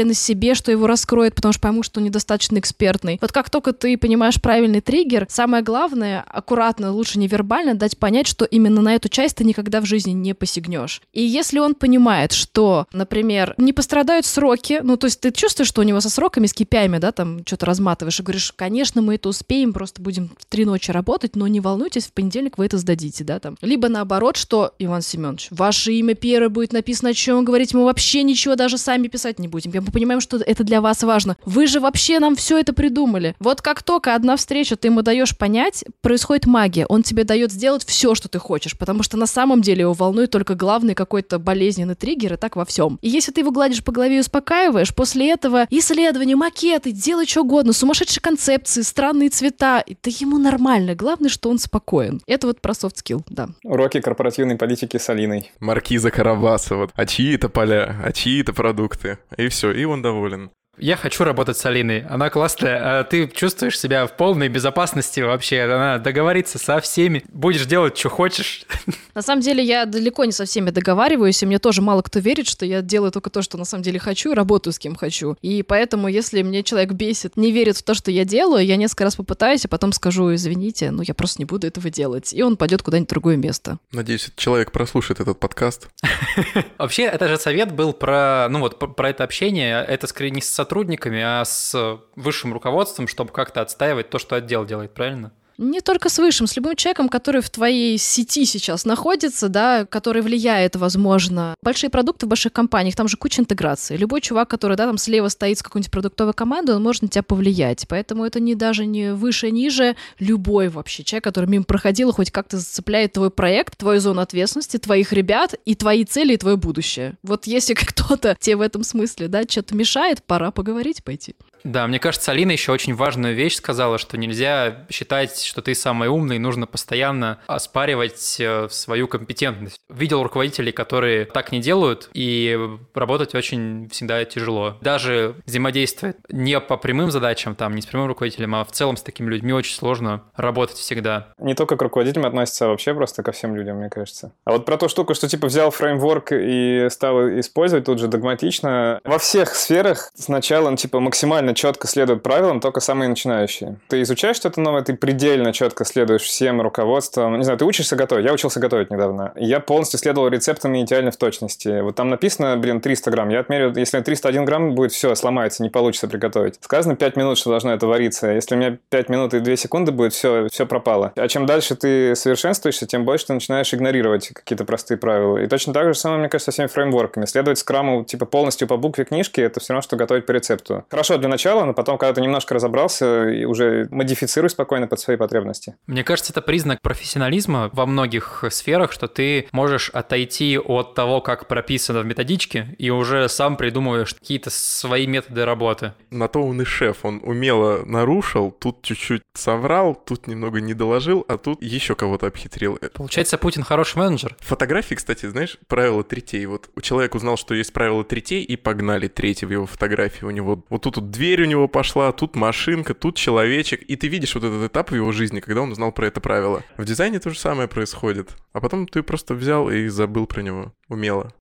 себе, что его раскроет, потому что поймут, что он недостаточно экспертный. Вот как только ты понимаешь правильный триггер, самое главное, аккуратно, лучше невербально дать понять, что именно на эту часть ты никогда в жизни не посягнешь. И если он понимает, что, например, не пострадают сроки, ну, то есть ты чувствуешь, что у него со сроками, с KPI, да, там что-то разматываешь и говоришь, конечно, мы это успеем, просто будем в 3 ночи работать, но не волнуйтесь, в понедельник вы это сдадите, да, там. Либо наоборот, что, Иван Семенович, ваше имя первое будет написано, о чем говорить, мы вообще ничего даже сами писать не будем. Мы понимаем, что это для вас важно. Вы же вообще нам все это придумали. Вот как только одна встреча, ты ему даешь понять, происходит магия. Он тебе дает сделать все, что ты хочешь, потому что на самом деле его волнует только главный какой-то болезненный триггер, и так во всем. И если ты его гладишь по голове и успокаиваешь, после этого исследования, макеты, делай что угодно, сумасшедшие концепции, странные цвета, это ему нормально. Главное, что он спокоен. Это вот про soft skill, да. Уроки корпоративной политики с Алиной. Маркиза Карабаса, а чьи это поля, а чьи это продукты. И все, и он доволен. Я хочу работать с Алиной, она классная, а ты чувствуешь себя в полной безопасности вообще, она договорится со всеми, будешь делать, что хочешь. На самом деле я далеко не со всеми договариваюсь, и мне тоже мало кто верит, что я делаю только то, что на самом деле хочу, и работаю с кем хочу. И поэтому, если мне человек бесит, не верит в то, что я делаю, я несколько раз попытаюсь, а потом скажу, извините, ну я просто не буду этого делать, и он пойдет куда-нибудь в другое место. Надеюсь, этот человек прослушает этот подкаст. Вообще, это же совет был про, ну вот, про это общение, это скорее не с сотрудниками, а с высшим руководством, чтобы как-то отстаивать то, что отдел делает, правильно? Не только с высшим, с любым человеком, который в твоей сети сейчас находится, да, который влияет, возможно. Большие продукты в больших компаниях, там же куча интеграции. Любой чувак, который, да, там слева стоит с какой-нибудь продуктовой командой, он может на тебя повлиять. Поэтому это не даже не выше, ниже. Любой вообще человек, который мимо проходил, хоть как-то зацепляет твой проект, твою зону ответственности, твоих ребят и твои цели, и твое будущее. Вот если кто-то тебе в этом смысле, да, что-то мешает, пора поговорить, пойти. Да, мне кажется, Алина еще очень важную вещь сказала, что нельзя считать, что ты самый умный, нужно постоянно оспаривать свою компетентность. Видел руководителей, которые так не делают, и работать очень всегда тяжело. Даже взаимодействовать не по прямым задачам, там, не с прямым руководителем, а в целом с такими людьми очень сложно работать всегда. Не только к руководителям относится, а вообще просто ко всем людям, мне кажется. А вот про ту штуку, что типа взял фреймворк и стал использовать тут же догматично, во всех сферах сначала типа максимально четко следуют правилам, только самые начинающие. Ты изучаешь что-то новое, ты предельно четко следуешь всем руководствам. Не знаю, ты учишься готовить? Я учился готовить недавно. Я полностью следовал рецептам идеально в точности. Вот там написано, 300 грамм. Я отмерю, если 301 грамм будет, все, сломается, не получится приготовить. Сказано 5 минут, что должно это вариться. Если у меня 5 минут и 2 секунды будет, все пропало. А чем дальше ты совершенствуешься, тем больше ты начинаешь игнорировать какие-то простые правила. И точно так же самое, мне кажется, со всеми фреймворками. Следовать скраму типа полностью по букве книжки, это все равно, что готовить по рецепту. Хорошо для начала, но потом, когда ты немножко разобрался, и уже модифицируй спокойно под свои потребности. Мне кажется, это признак профессионализма во многих сферах, что ты можешь отойти от того, как прописано в методичке, и уже сам придумываешь какие-то свои методы работы. На то он и шеф, он умело нарушил, тут чуть-чуть соврал, тут немного не доложил, а тут еще кого-то обхитрил. Получается, Путин хороший менеджер. Фотографии, кстати, знаешь, правило третей. Вот человек узнал, что есть правило третей, и погнали третий в его фотографии. У него вот тут дверь у него пошла, тут машинка, тут человечек. И ты видишь вот этот этап в его жизни, когда он узнал про это правило. В дизайне то же самое происходит. А потом ты просто взял и забыл про него. Умело.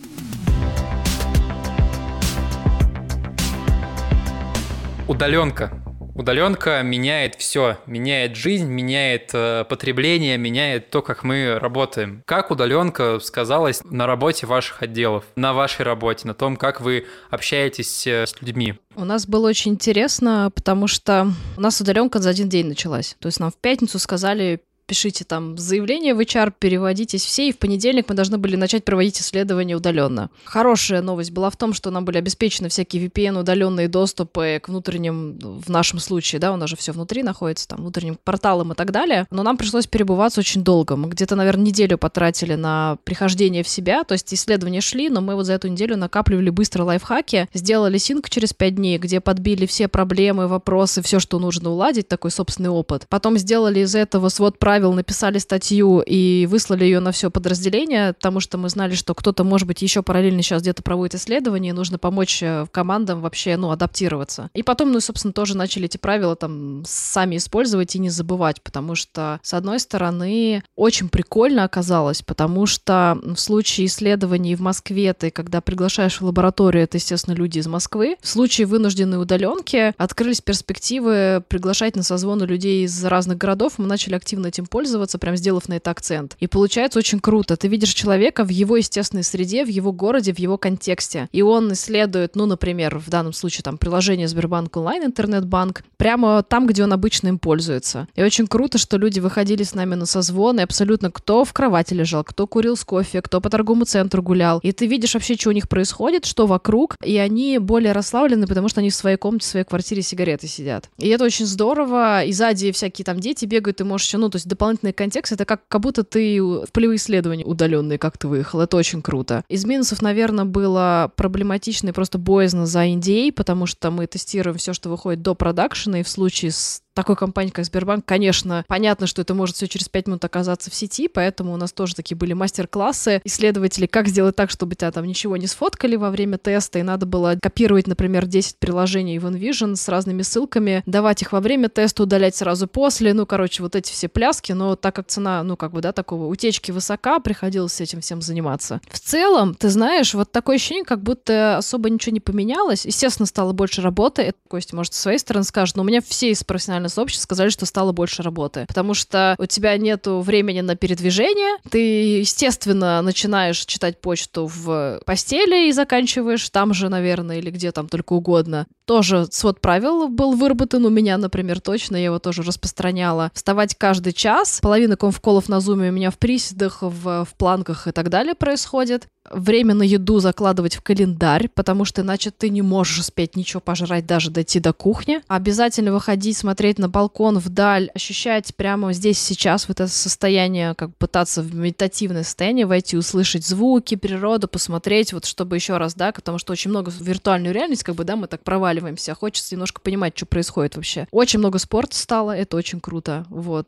Удаленка. Удаленка меняет все, меняет жизнь, меняет потребление, меняет то, как мы работаем. Как удаленка сказалась на работе ваших отделов, на вашей работе, на том, как вы общаетесь с людьми? У нас было очень интересно, потому что у нас удаленка за один день началась. То есть нам в пятницу сказали: пишите там заявление в HR, переводитесь все, и в понедельник мы должны были начать проводить исследования удаленно. Хорошая новость была в том, что нам были обеспечены всякие VPN, удаленные доступы к внутренним, в нашем случае, да, у нас же все внутри находится, там, внутренним порталам и так далее, но нам пришлось перебываться очень долго. Мы где-то, наверное, неделю потратили на прихождение в себя, то есть исследования шли, но мы вот за эту неделю накапливали быстро лайфхаки, сделали синк через 5 дней, где подбили все проблемы, вопросы, все, что нужно уладить, такой собственный опыт. Потом сделали из этого свод правил правил, написали статью и выслали ее на все подразделение, потому что мы знали, что кто-то, может быть, еще параллельно сейчас где-то проводит исследования, и нужно помочь командам вообще, адаптироваться. И потом, собственно, тоже начали эти правила там сами использовать и не забывать, потому что, с одной стороны, очень прикольно оказалось, потому что в случае исследований в Москве ты, когда приглашаешь в лабораторию, это, естественно, люди из Москвы, в случае вынужденной удаленки открылись перспективы приглашать на созвоны людей из разных городов, мы начали активно этим пользоваться, прям сделав на это акцент. И получается очень круто. Ты видишь человека в его естественной среде, в его городе, в его контексте. И он исследует, например, в данном случае там приложение Сбербанк онлайн, интернет-банк, прямо там, где он обычно им пользуется. И очень круто, что люди выходили с нами на созвоны, абсолютно кто в кровати лежал, кто курил с кофе, кто по торговому центру гулял. И ты видишь вообще, что у них происходит, что вокруг, и они более расслаблены, потому что они в своей комнате, в своей квартире сигареты сидят. И это очень здорово, и сзади всякие там дети бегают, ты можешь еще, то есть дополнительный контекст, это как будто ты в полевые исследования удаленные, как ты выехал, это очень круто. Из минусов, наверное, было проблематично и просто боязно за NDA, потому что мы тестируем все, что выходит до продакшена, и в случае с такой компании, как Сбербанк, конечно, понятно, что это может все через 5 минут оказаться в сети, поэтому у нас тоже такие были мастер-классы исследователей, как сделать так, чтобы тебя там ничего не сфоткали во время теста, и надо было копировать, например, 10 приложений в InVision с разными ссылками, давать их во время теста, удалять сразу после, вот эти все пляски, но так как цена, такого утечки высока, приходилось с этим всем заниматься. В целом, ты знаешь, вот такое ощущение, как будто особо ничего не поменялось. Естественно, стало больше работы. Это Костя, может, с своей стороны скажет, но у меня все из профессионального сообщества сказали, что стало больше работы. Потому что у тебя нету времени на передвижение, ты, естественно, начинаешь читать почту в постели и заканчиваешь там же, наверное, или где там только угодно. Тоже свод правил был выработан у меня, например, точно, я его тоже распространяла. Вставать каждый час, половина конф-колов на зуме у меня в приседах, в планках и так далее происходит. Время на еду закладывать в календарь, потому что иначе ты не можешь успеть ничего пожрать, даже дойти до кухни. Обязательно выходить, смотреть на балкон вдаль, ощущать прямо здесь сейчас вот это состояние, как пытаться в медитативное состояние войти, услышать звуки, природу, посмотреть, чтобы еще раз, потому что очень много в виртуальную реальность, мы так проваливаемся, хочется немножко понимать, что происходит вообще. Очень много спорта стало, это очень круто,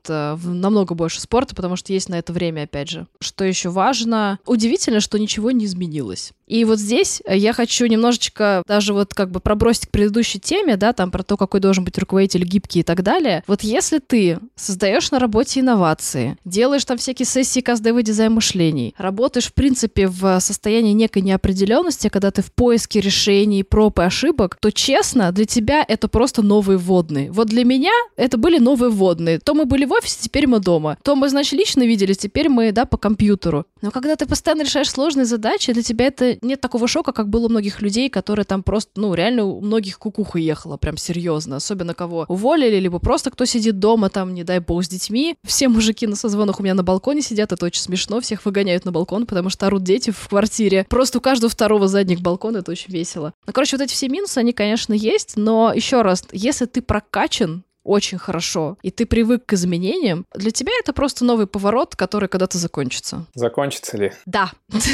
намного больше спорта, потому что есть на это время, опять же. Что еще важно? Удивительно, что ничего не изменилось. И вот здесь я хочу немножечко даже пробросить к предыдущей теме, там про то, какой должен быть руководитель гибкий и так далее. Вот если ты создаешь на работе инновации, делаешь там всякие сессии КСДВ дизайн мышлений, работаешь, в принципе, в состоянии некой неопределенности, когда ты в поиске решений, проб и ошибок, то, честно, для тебя это просто новые вводные. Вот для меня это были новые вводные. То мы были в офисе, теперь мы дома. То мы, лично виделись, теперь мы, по компьютеру. Но когда ты постоянно решаешь сложные задачи, для тебя это нет такого шока, как было у многих людей, которые там просто, реально у многих кукуха ехала, прям серьезно. Особенно кого уволили, либо просто кто сидит дома, там, не дай бог, с детьми. Все мужики на созвонах у меня на балконе сидят, это очень смешно, всех выгоняют на балкон, потому что орут дети в квартире. Просто у каждого второго задник балкон, это очень весело. Вот эти все минусы, они, конечно, есть, но еще раз, если ты прокачан очень хорошо, и ты привык к изменениям, для тебя это просто новый поворот, который когда-то закончится. Закончится ли? Да.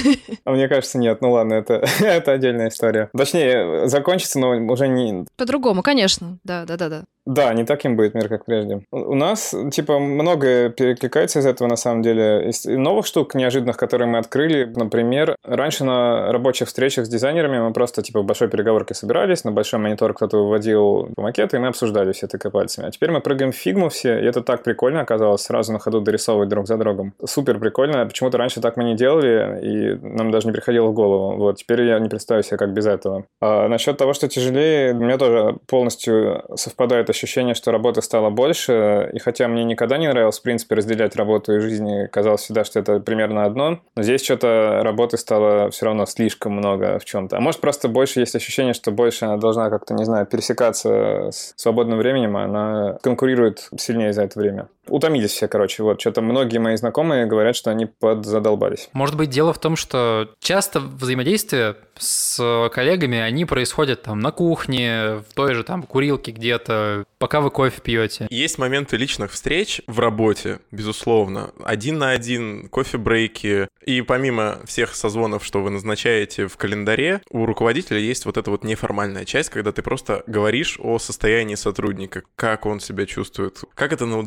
Мне кажется, нет. Ладно, это отдельная история. Точнее, закончится, но уже не... По-другому, конечно. Да. Да, не таким будет мир, как прежде. У нас, многое перекликается из этого, на самом деле. Из новых штук неожиданных, которые мы открыли, например, раньше на рабочих встречах с дизайнерами мы просто, в большой переговорке собирались, на большой монитор кто-то выводил макеты, и мы обсуждали все, тыкая пальцами. А теперь мы прыгаем в фигму все, и это так прикольно оказалось, сразу на ходу дорисовывать друг за другом. Супер прикольно. Почему-то раньше так мы не делали, и нам даже не приходило в голову. Теперь я не представляю себе, как без этого. А насчет того, что тяжелее, у меня тоже полностью совпадает ощущение, что работы стало больше, и хотя мне никогда не нравилось, в принципе, разделять работу и жизнь, и казалось всегда, что это примерно одно, но здесь что-то работы стало все равно слишком много в чем-то. А может, просто больше есть ощущение, что больше она должна как-то, не знаю, пересекаться с свободным временем, а она конкурирует сильнее за это время. Утомились все, что-то многие мои знакомые говорят, что они подзадолбались. Может быть, дело в том, что часто взаимодействие с коллегами, они происходят там на кухне, в той же там курилке где-то, пока вы кофе пьете. Есть моменты личных встреч в работе, безусловно. 1 на 1, кофе-брейки. И помимо всех созвонов, что вы назначаете в календаре, у руководителя есть вот эта неформальная часть, когда ты просто говоришь о состоянии сотрудника, как он себя чувствует, как это на удаленку переносится.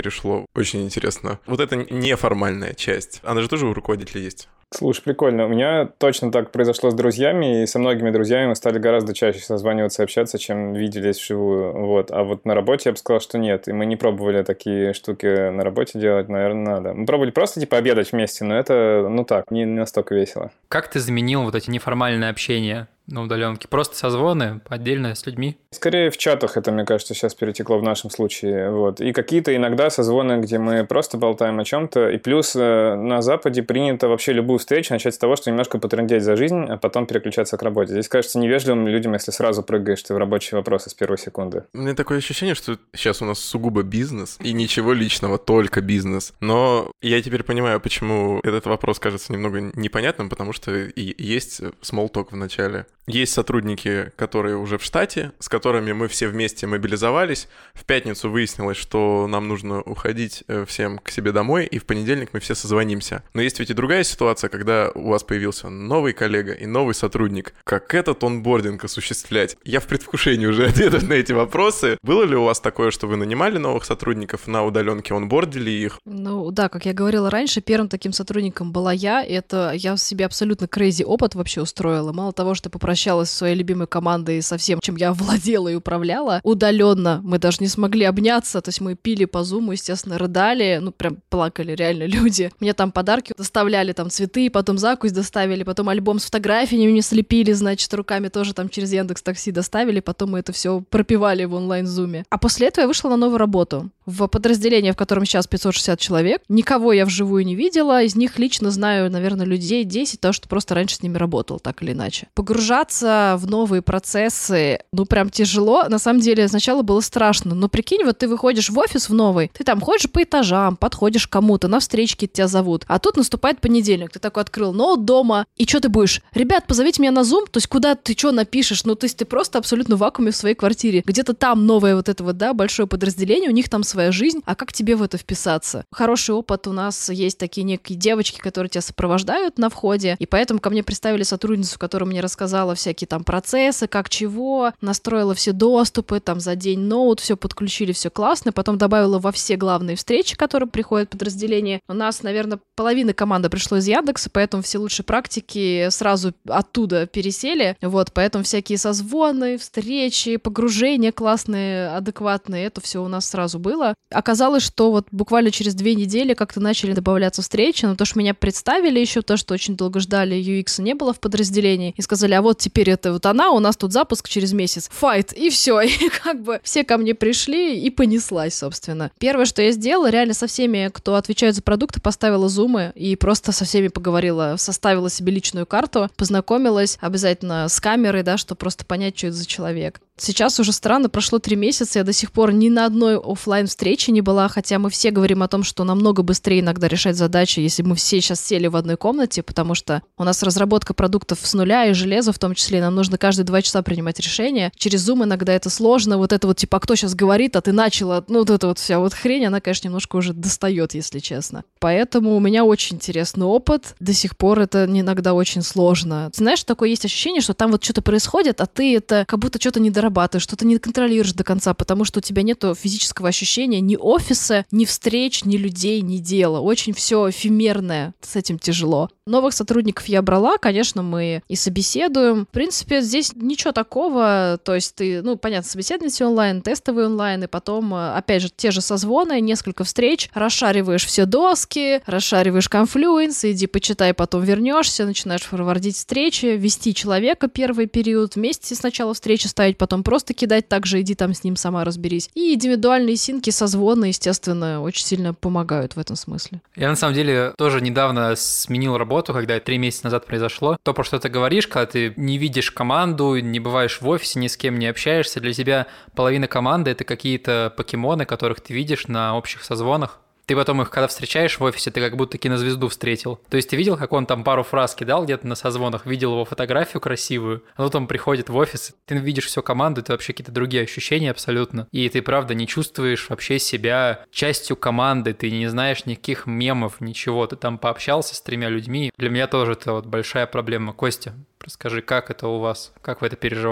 перешло. Очень интересно. Вот это неформальная часть. Она же тоже у руководителя есть. Слушай, прикольно. У меня точно так произошло с друзьями, и со многими друзьями мы стали гораздо чаще созваниваться и общаться, чем виделись вживую. Вот. А вот на работе я бы сказал, что нет. И мы не пробовали такие штуки на работе делать, наверное, надо. Мы пробовали просто, обедать вместе, но это, не настолько весело. Как ты заменил вот эти неформальные общения на удаленке? Просто созвоны отдельно с людьми? Скорее в чатах это, мне кажется, сейчас перетекло в нашем случае. Вот. И какие-то иногда созвоны, где мы просто болтаем о чем-то. И плюс на Западе принято вообще любую встречу начать с того, что немножко потрындеть за жизнь, а потом переключаться к работе. Здесь кажется невежливым людям, если сразу прыгаешь ты в рабочие вопросы с первой секунды. У меня такое ощущение, что сейчас у нас сугубо бизнес, и ничего личного, только бизнес. Но я теперь понимаю, почему этот вопрос кажется немного непонятным, потому что и есть small talk в начале. Есть сотрудники, которые уже в штате, с которыми мы все вместе мобилизовались. В пятницу выяснилось, что нам нужно уходить всем к себе домой, и в понедельник мы все созвонимся. Но есть ведь и другая ситуация, когда у вас появился новый коллега и новый сотрудник. Как этот онбординг осуществлять? Я в предвкушении уже ответов на эти вопросы. Было ли у вас такое, что вы нанимали новых сотрудников на удаленке, онбордили их? Да, как я говорила раньше, первым таким сотрудником была я. Это я себе абсолютно crazy опыт вообще устроила. Мало того, что попрощалась со своей любимой командой со всем, чем я владела и управляла, удаленно. Мы даже не смогли обняться, то есть мы пили по зуму, естественно, рыдали, прям плакали реально люди. Мне там подарки доставляли, там цветы, потом закусь доставили, потом альбом с фотографиями мне слепили, значит, руками тоже там через Яндекс.Такси доставили, потом мы это все пропивали в онлайн-зуме. А после этого я вышла на новую работу. В подразделение, в котором сейчас 560 человек. Никого я вживую не видела, из них лично знаю, наверное, людей 10, потому что просто раньше с ними работала, так или иначе. Погружаться в новые процессы, прям тяжело. На самом деле, сначала было страшно. Но прикинь, вот ты выходишь в офис в новый, ты там ходишь по этажам, подходишь к кому-то, на встречки тебя зовут. А тут наступает понедельник, ты такой открыл ноут дома, и что ты будешь? Ребят, позовите меня на Zoom, то есть куда ты что напишешь? То есть ты просто абсолютно в вакууме в своей квартире. Где-то там новое вот это вот, большое подразделение, у них там своя жизнь, а как тебе в это вписаться? Хороший опыт, у нас есть такие некие девочки, которые тебя сопровождают на входе, и поэтому ко мне представили сотрудницу, которая мне рассказала всякие там процессы, как чего, настроила все доступы, там за день ноут, все подключили, все классно, потом добавила во все главные встречи, которые приходят в подразделение. У нас, наверное, половина команды пришло из Яндекса, поэтому все лучшие практики сразу оттуда пересели, поэтому всякие созвоны, встречи, погружения классные, адекватные, это все у нас сразу было. Оказалось, что буквально через 2 недели как-то начали добавляться встречи, но то, что меня представили еще, то, что очень долго ждали, UX не было в подразделении, и сказали, а вот теперь это она, у нас тут запуск через месяц, файт, и все, и все ко мне пришли, и понеслась, собственно. Первое, что я сделала, реально со всеми, кто отвечает за продукты, поставила зумы и просто со всеми поговорила, составила себе личную карту, познакомилась обязательно с камерой, чтобы просто понять, что это за человек. Сейчас уже странно, прошло 3 месяца, я до сих пор ни на одной офлайн встрече не была, хотя мы все говорим о том, что намного быстрее иногда решать задачи, если мы все сейчас сели в одной комнате, потому что у нас разработка продуктов с нуля и железа в том числе, нам нужно каждые 2 часа принимать решения. Через Zoom иногда это сложно, это а кто сейчас говорит, а ты начала, эта вся хрень, она, конечно, немножко уже достает, если честно. Поэтому у меня очень интересный опыт, до сих пор это иногда очень сложно. Знаешь, такое есть ощущение, что там что-то происходит, а ты это как будто что-то не дорабатываешь, что-то не контролируешь до конца, потому что у тебя нету физического ощущения ни офиса, ни встреч, ни людей, ни дела. Очень все эфемерное, с этим тяжело. Новых сотрудников я брала, конечно, мы и собеседуем. В принципе, здесь ничего такого, то есть ты, понятно, собеседование онлайн, тестовые онлайн, и потом, опять же, те же созвоны, несколько встреч, расшариваешь все доски, расшариваешь Confluence, иди почитай, потом вернешься, начинаешь форвардить встречи, вести человека первый период, вместе сначала встречи ставить, потом просто кидать, также иди там с ним сама разберись. И индивидуальные синки, созвоны, естественно, очень сильно помогают в этом смысле. Я, на самом деле, тоже недавно сменил работу, когда 3 месяца назад произошло. То, про что ты говоришь, когда ты не видишь команду, не бываешь в офисе, ни с кем не общаешься, для тебя половина команды — это какие-то покемоны, которых ты видишь на общих созвонах. Ты потом их, когда встречаешь в офисе, ты как будто кинозвезду встретил. То есть ты видел, как он там пару фраз кидал где-то на созвонах, видел его фотографию красивую, а потом приходит в офис, ты видишь всю команду, это вообще какие-то другие ощущения абсолютно. И ты, правда, не чувствуешь вообще себя частью команды, ты не знаешь никаких мемов, ничего. Ты там пообщался с 3 людьми. Для меня тоже это большая проблема. Костя, расскажи, как это у вас? Как вы это переживаете?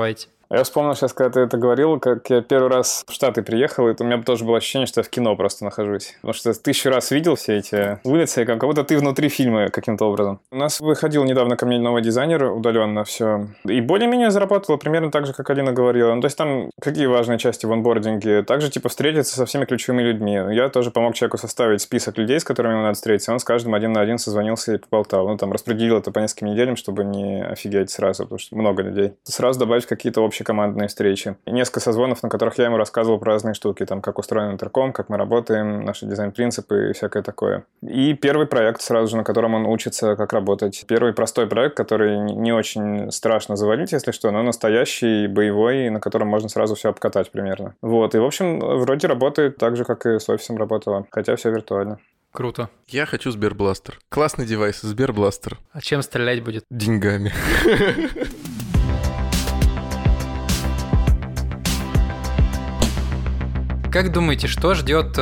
Я вспомнил сейчас, когда ты это говорил, как я первый раз в Штаты приехал, и у меня тоже было ощущение, что я в кино просто нахожусь. Потому что 1000 раз видел все эти улицы, и как будто ты внутри фильма каким-то образом. У нас выходил недавно ко мне новый дизайнер, удаленно все. И более-менее заработало примерно так же, как Алина говорила. Ну, то есть там какие важные части в онбординге? Также, типа, встретиться со всеми ключевыми людьми. Я тоже помог человеку составить список людей, с которыми ему надо встретиться. Он с каждым один на один созвонился и поболтал. Ну, там, распределил это по нескольким неделям, чтобы не офигеть сразу, потому что много людей. Сразу добавить какие-то общекомандные встречи. И несколько созвонов, на которых я ему рассказывал про разные штуки, там, как устроен интерком, как мы работаем, наши дизайн-принципы и всякое такое. И первый проект сразу же, на котором он учится, как работать. Первый простой проект, который не очень страшно завалить, если что, но настоящий, боевой, на котором можно сразу все обкатать примерно. Вот. И, в общем, вроде работает так же, как и с офисом работало, хотя все виртуально. Круто. Я хочу Сбербластер. Классный девайс, Сбербластер. А чем стрелять будет? Деньгами. Как думаете, что ждет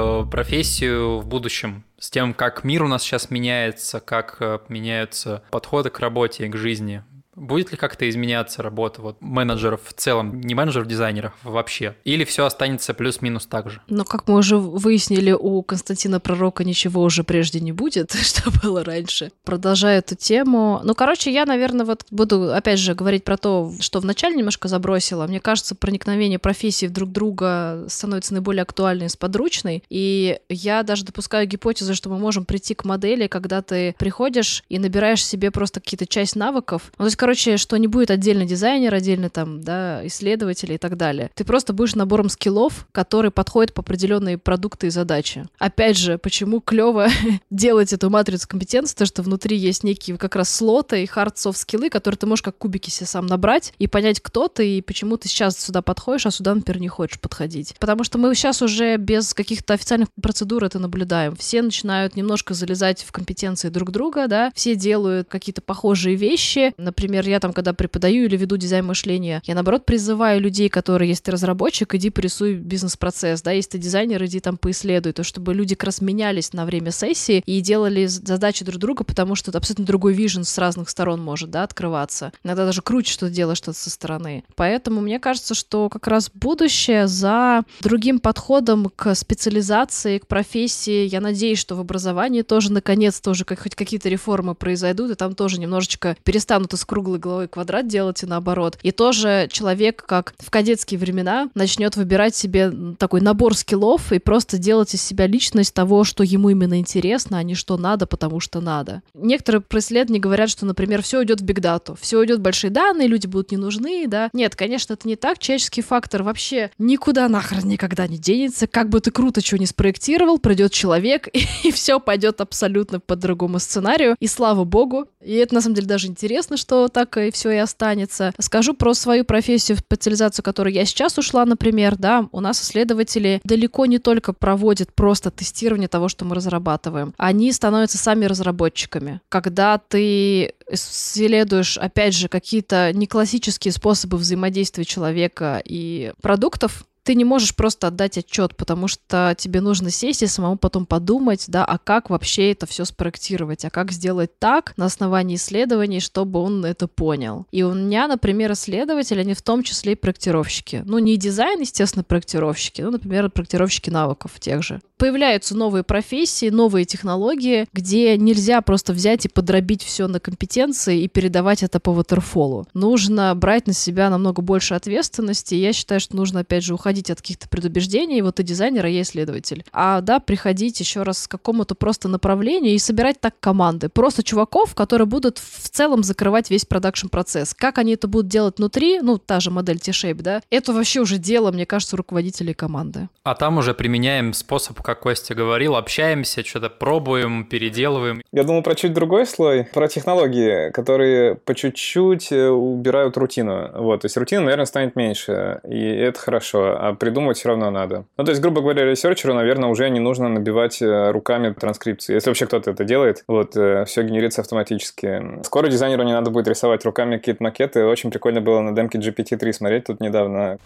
профессию в будущем? С тем, как мир у нас сейчас меняется, как меняются подходы к работе и к жизни? Будет ли как-то изменяться работа менеджеров в целом, не менеджеров-дизайнеров вообще? Или все останется плюс-минус так же? Но, как мы уже выяснили, у Константина Пророка ничего уже прежде не будет, что было раньше. Продолжая эту тему. Я, наверное, буду, опять же, говорить про то, что вначале немножко забросила. Мне кажется, проникновение профессий в друг друга становится наиболее актуальной и сподручной. И я даже допускаю гипотезу, что мы можем прийти к модели, когда ты приходишь и набираешь себе просто какие-то часть навыков. Что не будет отдельно дизайнер, отдельно исследователь и так далее. Ты просто будешь набором скиллов, которые подходят по определенные продукты и задачи. Опять же, почему клево делать эту матрицу компетенций, то что внутри есть некие как раз слоты и хард-софт скиллы, которые ты можешь как кубики себе сам набрать и понять, кто ты и почему ты сейчас сюда подходишь, а сюда, например, не хочешь подходить. Потому что мы сейчас уже без каких-то официальных процедур это наблюдаем. Все начинают немножко залезать в компетенции друг друга, да, все делают какие-то похожие вещи. Например, я когда преподаю или веду дизайн мышления, я, наоборот, призываю людей, которые, если ты разработчик, иди порисуй бизнес-процесс, да, если ты дизайнер, иди поисследуй, то чтобы люди как раз менялись на время сессии и делали задачи друг друга, потому что это абсолютно другой вижен с разных сторон может, да, открываться. Иногда даже круче, что ты делаешь что-то со стороны. Поэтому мне кажется, что как раз будущее за другим подходом к специализации, к профессии. Я надеюсь, что в образовании тоже, наконец-то, уже хоть какие-то реформы произойдут, и там тоже немножечко перестанут из круглой головой квадрат делать и наоборот. И тоже человек, как в кадетские времена, начнет выбирать себе такой набор скиллов и просто делать из себя личность того, что ему именно интересно, а не что надо, потому что надо. Некоторые исследования говорят, что, например, все уйдет в бигдату, все уйдет в большие данные, люди будут не нужны, да. Нет, конечно, это не так. Человеческий фактор вообще никуда нахрен никогда не денется. Как бы ты круто чего не спроектировал, придет человек, и все пойдет абсолютно по другому сценарию. И слава богу. И это, на самом деле, даже интересно, что так и все и останется. Скажу про свою профессию, специализацию, в которую я сейчас ушла, например, да, у нас исследователи далеко не только проводят просто тестирование того, что мы разрабатываем. Они становятся сами разработчиками. Когда ты исследуешь, опять же, какие-то неклассические способы взаимодействия человека и продуктов, ты не можешь просто отдать отчет, потому что тебе нужно сесть и самому потом подумать, да, а как вообще это все спроектировать, а как сделать так на основании исследований, чтобы он это понял. И у меня, например, исследователи, они в том числе и проектировщики. Ну, не дизайн, естественно, проектировщики, но, например, проектировщики навыков тех же. Появляются новые профессии, новые технологии, где нельзя просто взять и подробить все на компетенции и передавать это по waterfall. Нужно брать на себя намного больше ответственности, и я считаю, что нужно, опять же, уходить от каких-то предубеждений, вот ты дизайнер, а я исследователь. А, да, приходить еще раз к какому-то просто направлению и собирать так команды. Просто чуваков, которые будут в целом закрывать весь продакшн-процесс. Как они это будут делать внутри, ну, та же модель T-Shape, да, это вообще уже дело, мне кажется, руководителей команды. А там уже применяем способ, как Костя говорил, общаемся, что-то пробуем, переделываем. Я думал про чуть другой слой, про технологии, которые по чуть-чуть убирают рутину. Вот, то есть рутина, наверное, станет меньше, и это хорошо, а придумывать все равно надо. Ну, то есть, грубо говоря, ресерчеру, наверное, уже не нужно набивать руками транскрипции. Если вообще кто-то это делает, вот, все генерится автоматически. Скоро дизайнеру не надо будет рисовать руками какие-то макеты. Очень прикольно было на демке GPT-3 смотреть тут недавно.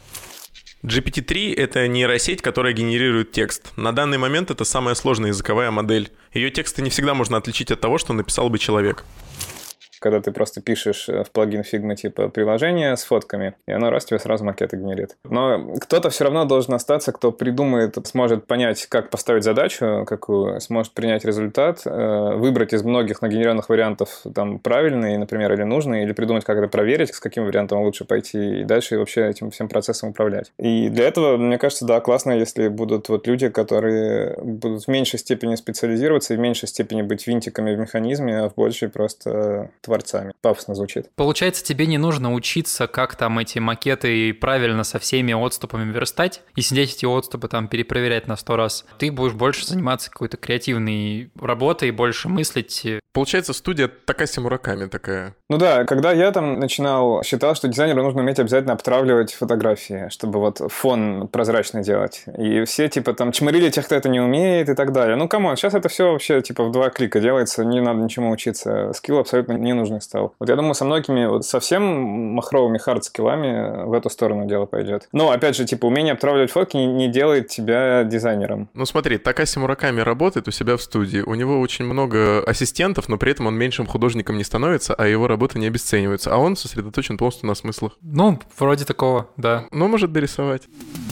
GPT-3 — это нейросеть, которая генерирует текст. На данный момент это самая сложная языковая модель. Ее тексты не всегда можно отличить от того, что написал бы человек. когда ты просто пишешь в плагин Figma типа приложение с фотками, и оно раз тебе сразу макеты генерит. Но кто-то все равно должен остаться, кто придумает, сможет понять, как поставить задачу, какую, сможет принять результат, выбрать из многих нагенеренных вариантов там правильный, например, или нужный, или придумать, как это проверить, с каким вариантом лучше пойти, и дальше вообще этим всем процессом управлять. И для этого, мне кажется, да, классно, если будут вот люди, которые будут в меньшей степени специализироваться и в меньшей степени быть винтиками в механизме, а в большей просто творцами. Пафосно звучит. Получается, тебе не нужно учиться, как там эти макеты правильно со всеми отступами верстать и сидеть эти отступы там перепроверять на 100 раз. Ты будешь больше заниматься какой-то креативной работой, больше мыслить. Получается, студия Такаси Мураками такая. Ну да, когда я там начинал, считал, что дизайнеру нужно уметь обязательно обтравливать фотографии, чтобы вот фон прозрачный делать. И все типа там чмырили тех, кто это не умеет и так далее. Ну, камон, сейчас это все вообще типа в 2 клика делается, не надо ничему учиться. Скилл абсолютно не нужный стал. Вот я думаю, со многими вот совсем махровыми хард-скиллами в эту сторону дело пойдет. Но, опять же, типа умение обтравливать фотки не делает тебя дизайнером. Ну смотри, Такаси Мураками работает у себя в студии. У него очень много ассистентов, но при этом он меньшим художником не становится, а его работа не обесценивается. А он сосредоточен полностью на смыслах. Ну, вроде такого, да. Ну, может дорисовать.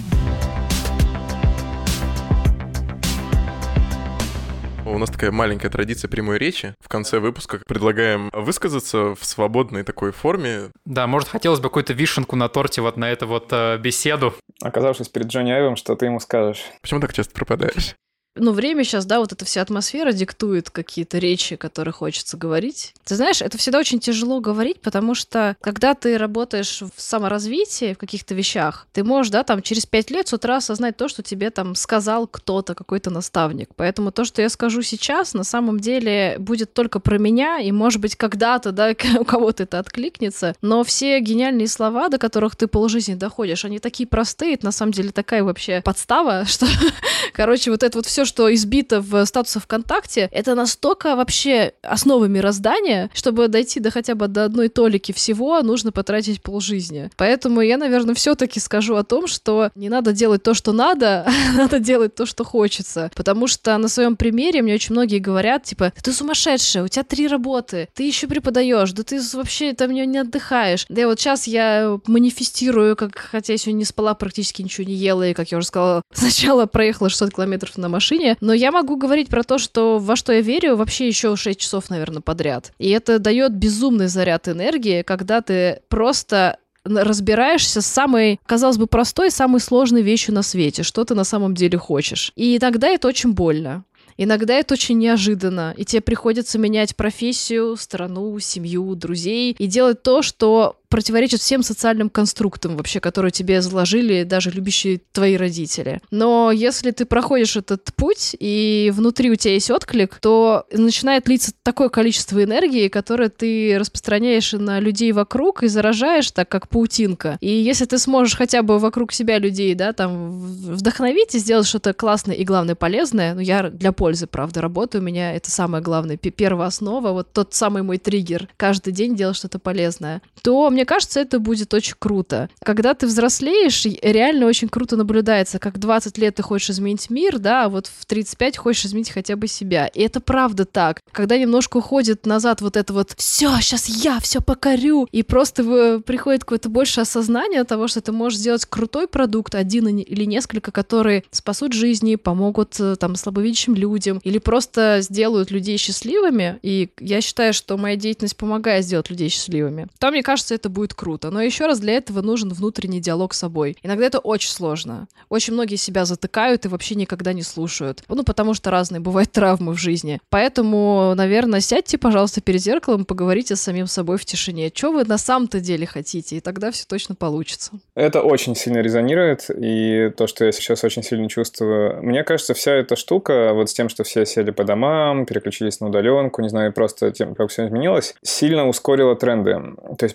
У нас такая маленькая традиция прямой речи. В конце выпуска предлагаем высказаться в свободной такой форме. Да, может, хотелось бы какую-то вишенку на торте вот на эту вот беседу. Оказавшись перед Джонни Айвом, что ты ему скажешь? Почему так часто пропадаешь? Ну, время сейчас, да, вот эта вся атмосфера диктует какие-то речи, которые хочется говорить. Ты знаешь, это всегда очень тяжело говорить, потому что, когда ты работаешь в саморазвитии, в каких-то вещах, ты можешь, да, там, через 5 лет с утра осознать то, что тебе там сказал кто-то, какой-то наставник. Поэтому то, что я скажу сейчас, на самом деле будет только про меня, и, может быть, когда-то, да, у кого-то это откликнется. Но все гениальные слова, до которых ты полжизни доходишь, они такие простые, это на самом деле такая вообще подстава, что, короче, вот это вот все, что избито в статусах ВКонтакте, это настолько вообще основа мироздания, чтобы дойти до хотя бы до одной толики всего, нужно потратить полжизни. Поэтому я, наверное, все-таки скажу о том, что не надо делать то, что надо, надо делать то, что хочется. Потому что на своем примере мне очень многие говорят, типа, ты сумасшедшая, у тебя 3 работы, ты еще преподаешь, да ты вообще там не отдыхаешь. Да и вот сейчас я манифестирую, хотя я сегодня не спала, практически ничего не ела, и, как я уже сказала, сначала проехала 600 километров на машине, но я могу говорить про то, что во что я верю вообще еще 6 часов, наверное, подряд. И это дает безумный заряд энергии, когда ты просто разбираешься с самой, казалось бы, простой, самой сложной вещью на свете, что ты на самом деле хочешь. И иногда это очень больно. Иногда это очень неожиданно, и тебе приходится менять профессию, страну, семью, друзей и делать то, что противоречит всем социальным конструктам вообще, которые тебе заложили даже любящие твои родители. Но если ты проходишь этот путь, и внутри у тебя есть отклик, то начинает литься такое количество энергии, которое ты распространяешь на людей вокруг и заражаешь так, как паутинка. И если ты сможешь хотя бы вокруг себя людей, да, там, вдохновить и сделать что-то классное и, главное, полезное, ну, я для пользы, правда, работаю, у меня это самое главное, первая основа, вот тот самый мой триггер, каждый день делать что-то полезное, то, мне кажется, это будет очень круто. Когда ты взрослеешь, реально очень круто наблюдается, как 20 лет ты хочешь изменить мир, да, а вот в 35 хочешь изменить хотя бы себя. И это правда так. Когда немножко уходит назад вот это вот «все, сейчас я все покорю», и просто приходит какое-то больше осознание того, что ты можешь сделать крутой продукт, один или несколько, которые спасут жизни, помогут там слабовидящим людям, или просто сделают людей счастливыми. И я считаю, что моя деятельность помогает сделать людей счастливыми. То, мне кажется, это будет круто. Но еще раз, для этого нужен внутренний диалог с собой. Иногда это очень сложно. Очень многие себя затыкают и вообще никогда не слушают. Ну, потому что разные бывают травмы в жизни. Поэтому, наверное, сядьте, пожалуйста, перед зеркалом и поговорите с самим собой в тишине. Что вы на самом-то деле хотите? И тогда все точно получится. Это очень сильно резонирует. И то, что я сейчас очень сильно чувствую. Мне кажется, вся эта штука, вот с тем, что все сели по домам, переключились на удаленку, не знаю, просто тем, как все изменилось, сильно ускорила тренды. То есть многие штуки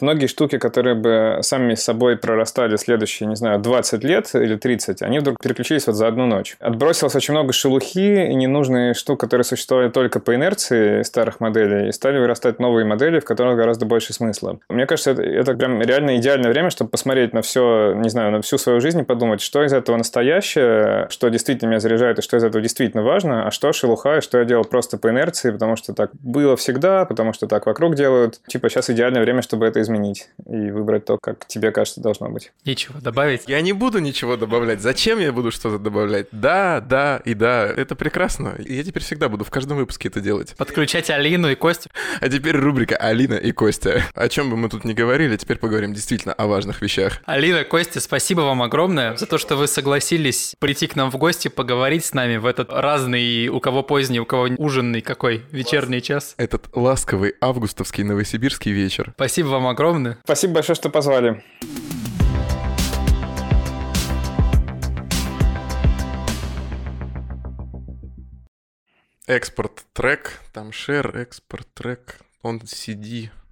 штуки, которые бы сами собой прорастали следующие, не знаю, 20 лет или 30, они вдруг переключились вот за одну ночь. Отбросилось очень много шелухи и ненужные штук, которые существовали только по инерции старых моделей, и стали вырастать новые модели, в которых гораздо больше смысла. Мне кажется, это прям реально идеальное время, чтобы посмотреть на все, не знаю, на всю свою жизнь и подумать, что из этого настоящее, что действительно меня заряжает и что из этого действительно важно, а что шелуха, и что я делал просто по инерции, потому что так было всегда, потому что так вокруг делают. Типа сейчас идеальное время, чтобы это изменить и выбрать то, как тебе кажется должно быть. Ничего добавить? Я не буду ничего добавлять. Зачем я буду что-то добавлять? Да, да и да. Это прекрасно. Я теперь всегда буду в каждом выпуске это делать. Подключать Алину и Костю. А теперь рубрика «Алина и Костя». О чем бы мы тут ни говорили, теперь поговорим действительно о важных вещах. Алина, Костя, спасибо вам огромное за то, что вы согласились прийти к нам в гости, поговорить с нами в этот разный, у кого поздний, у кого ужинный, какой, вечерний час. Этот ласковый августовский новосибирский вечер. Спасибо вам огромное. Спасибо большое, что позвали. Экспорт трек, там share, экспорт трек, он CD.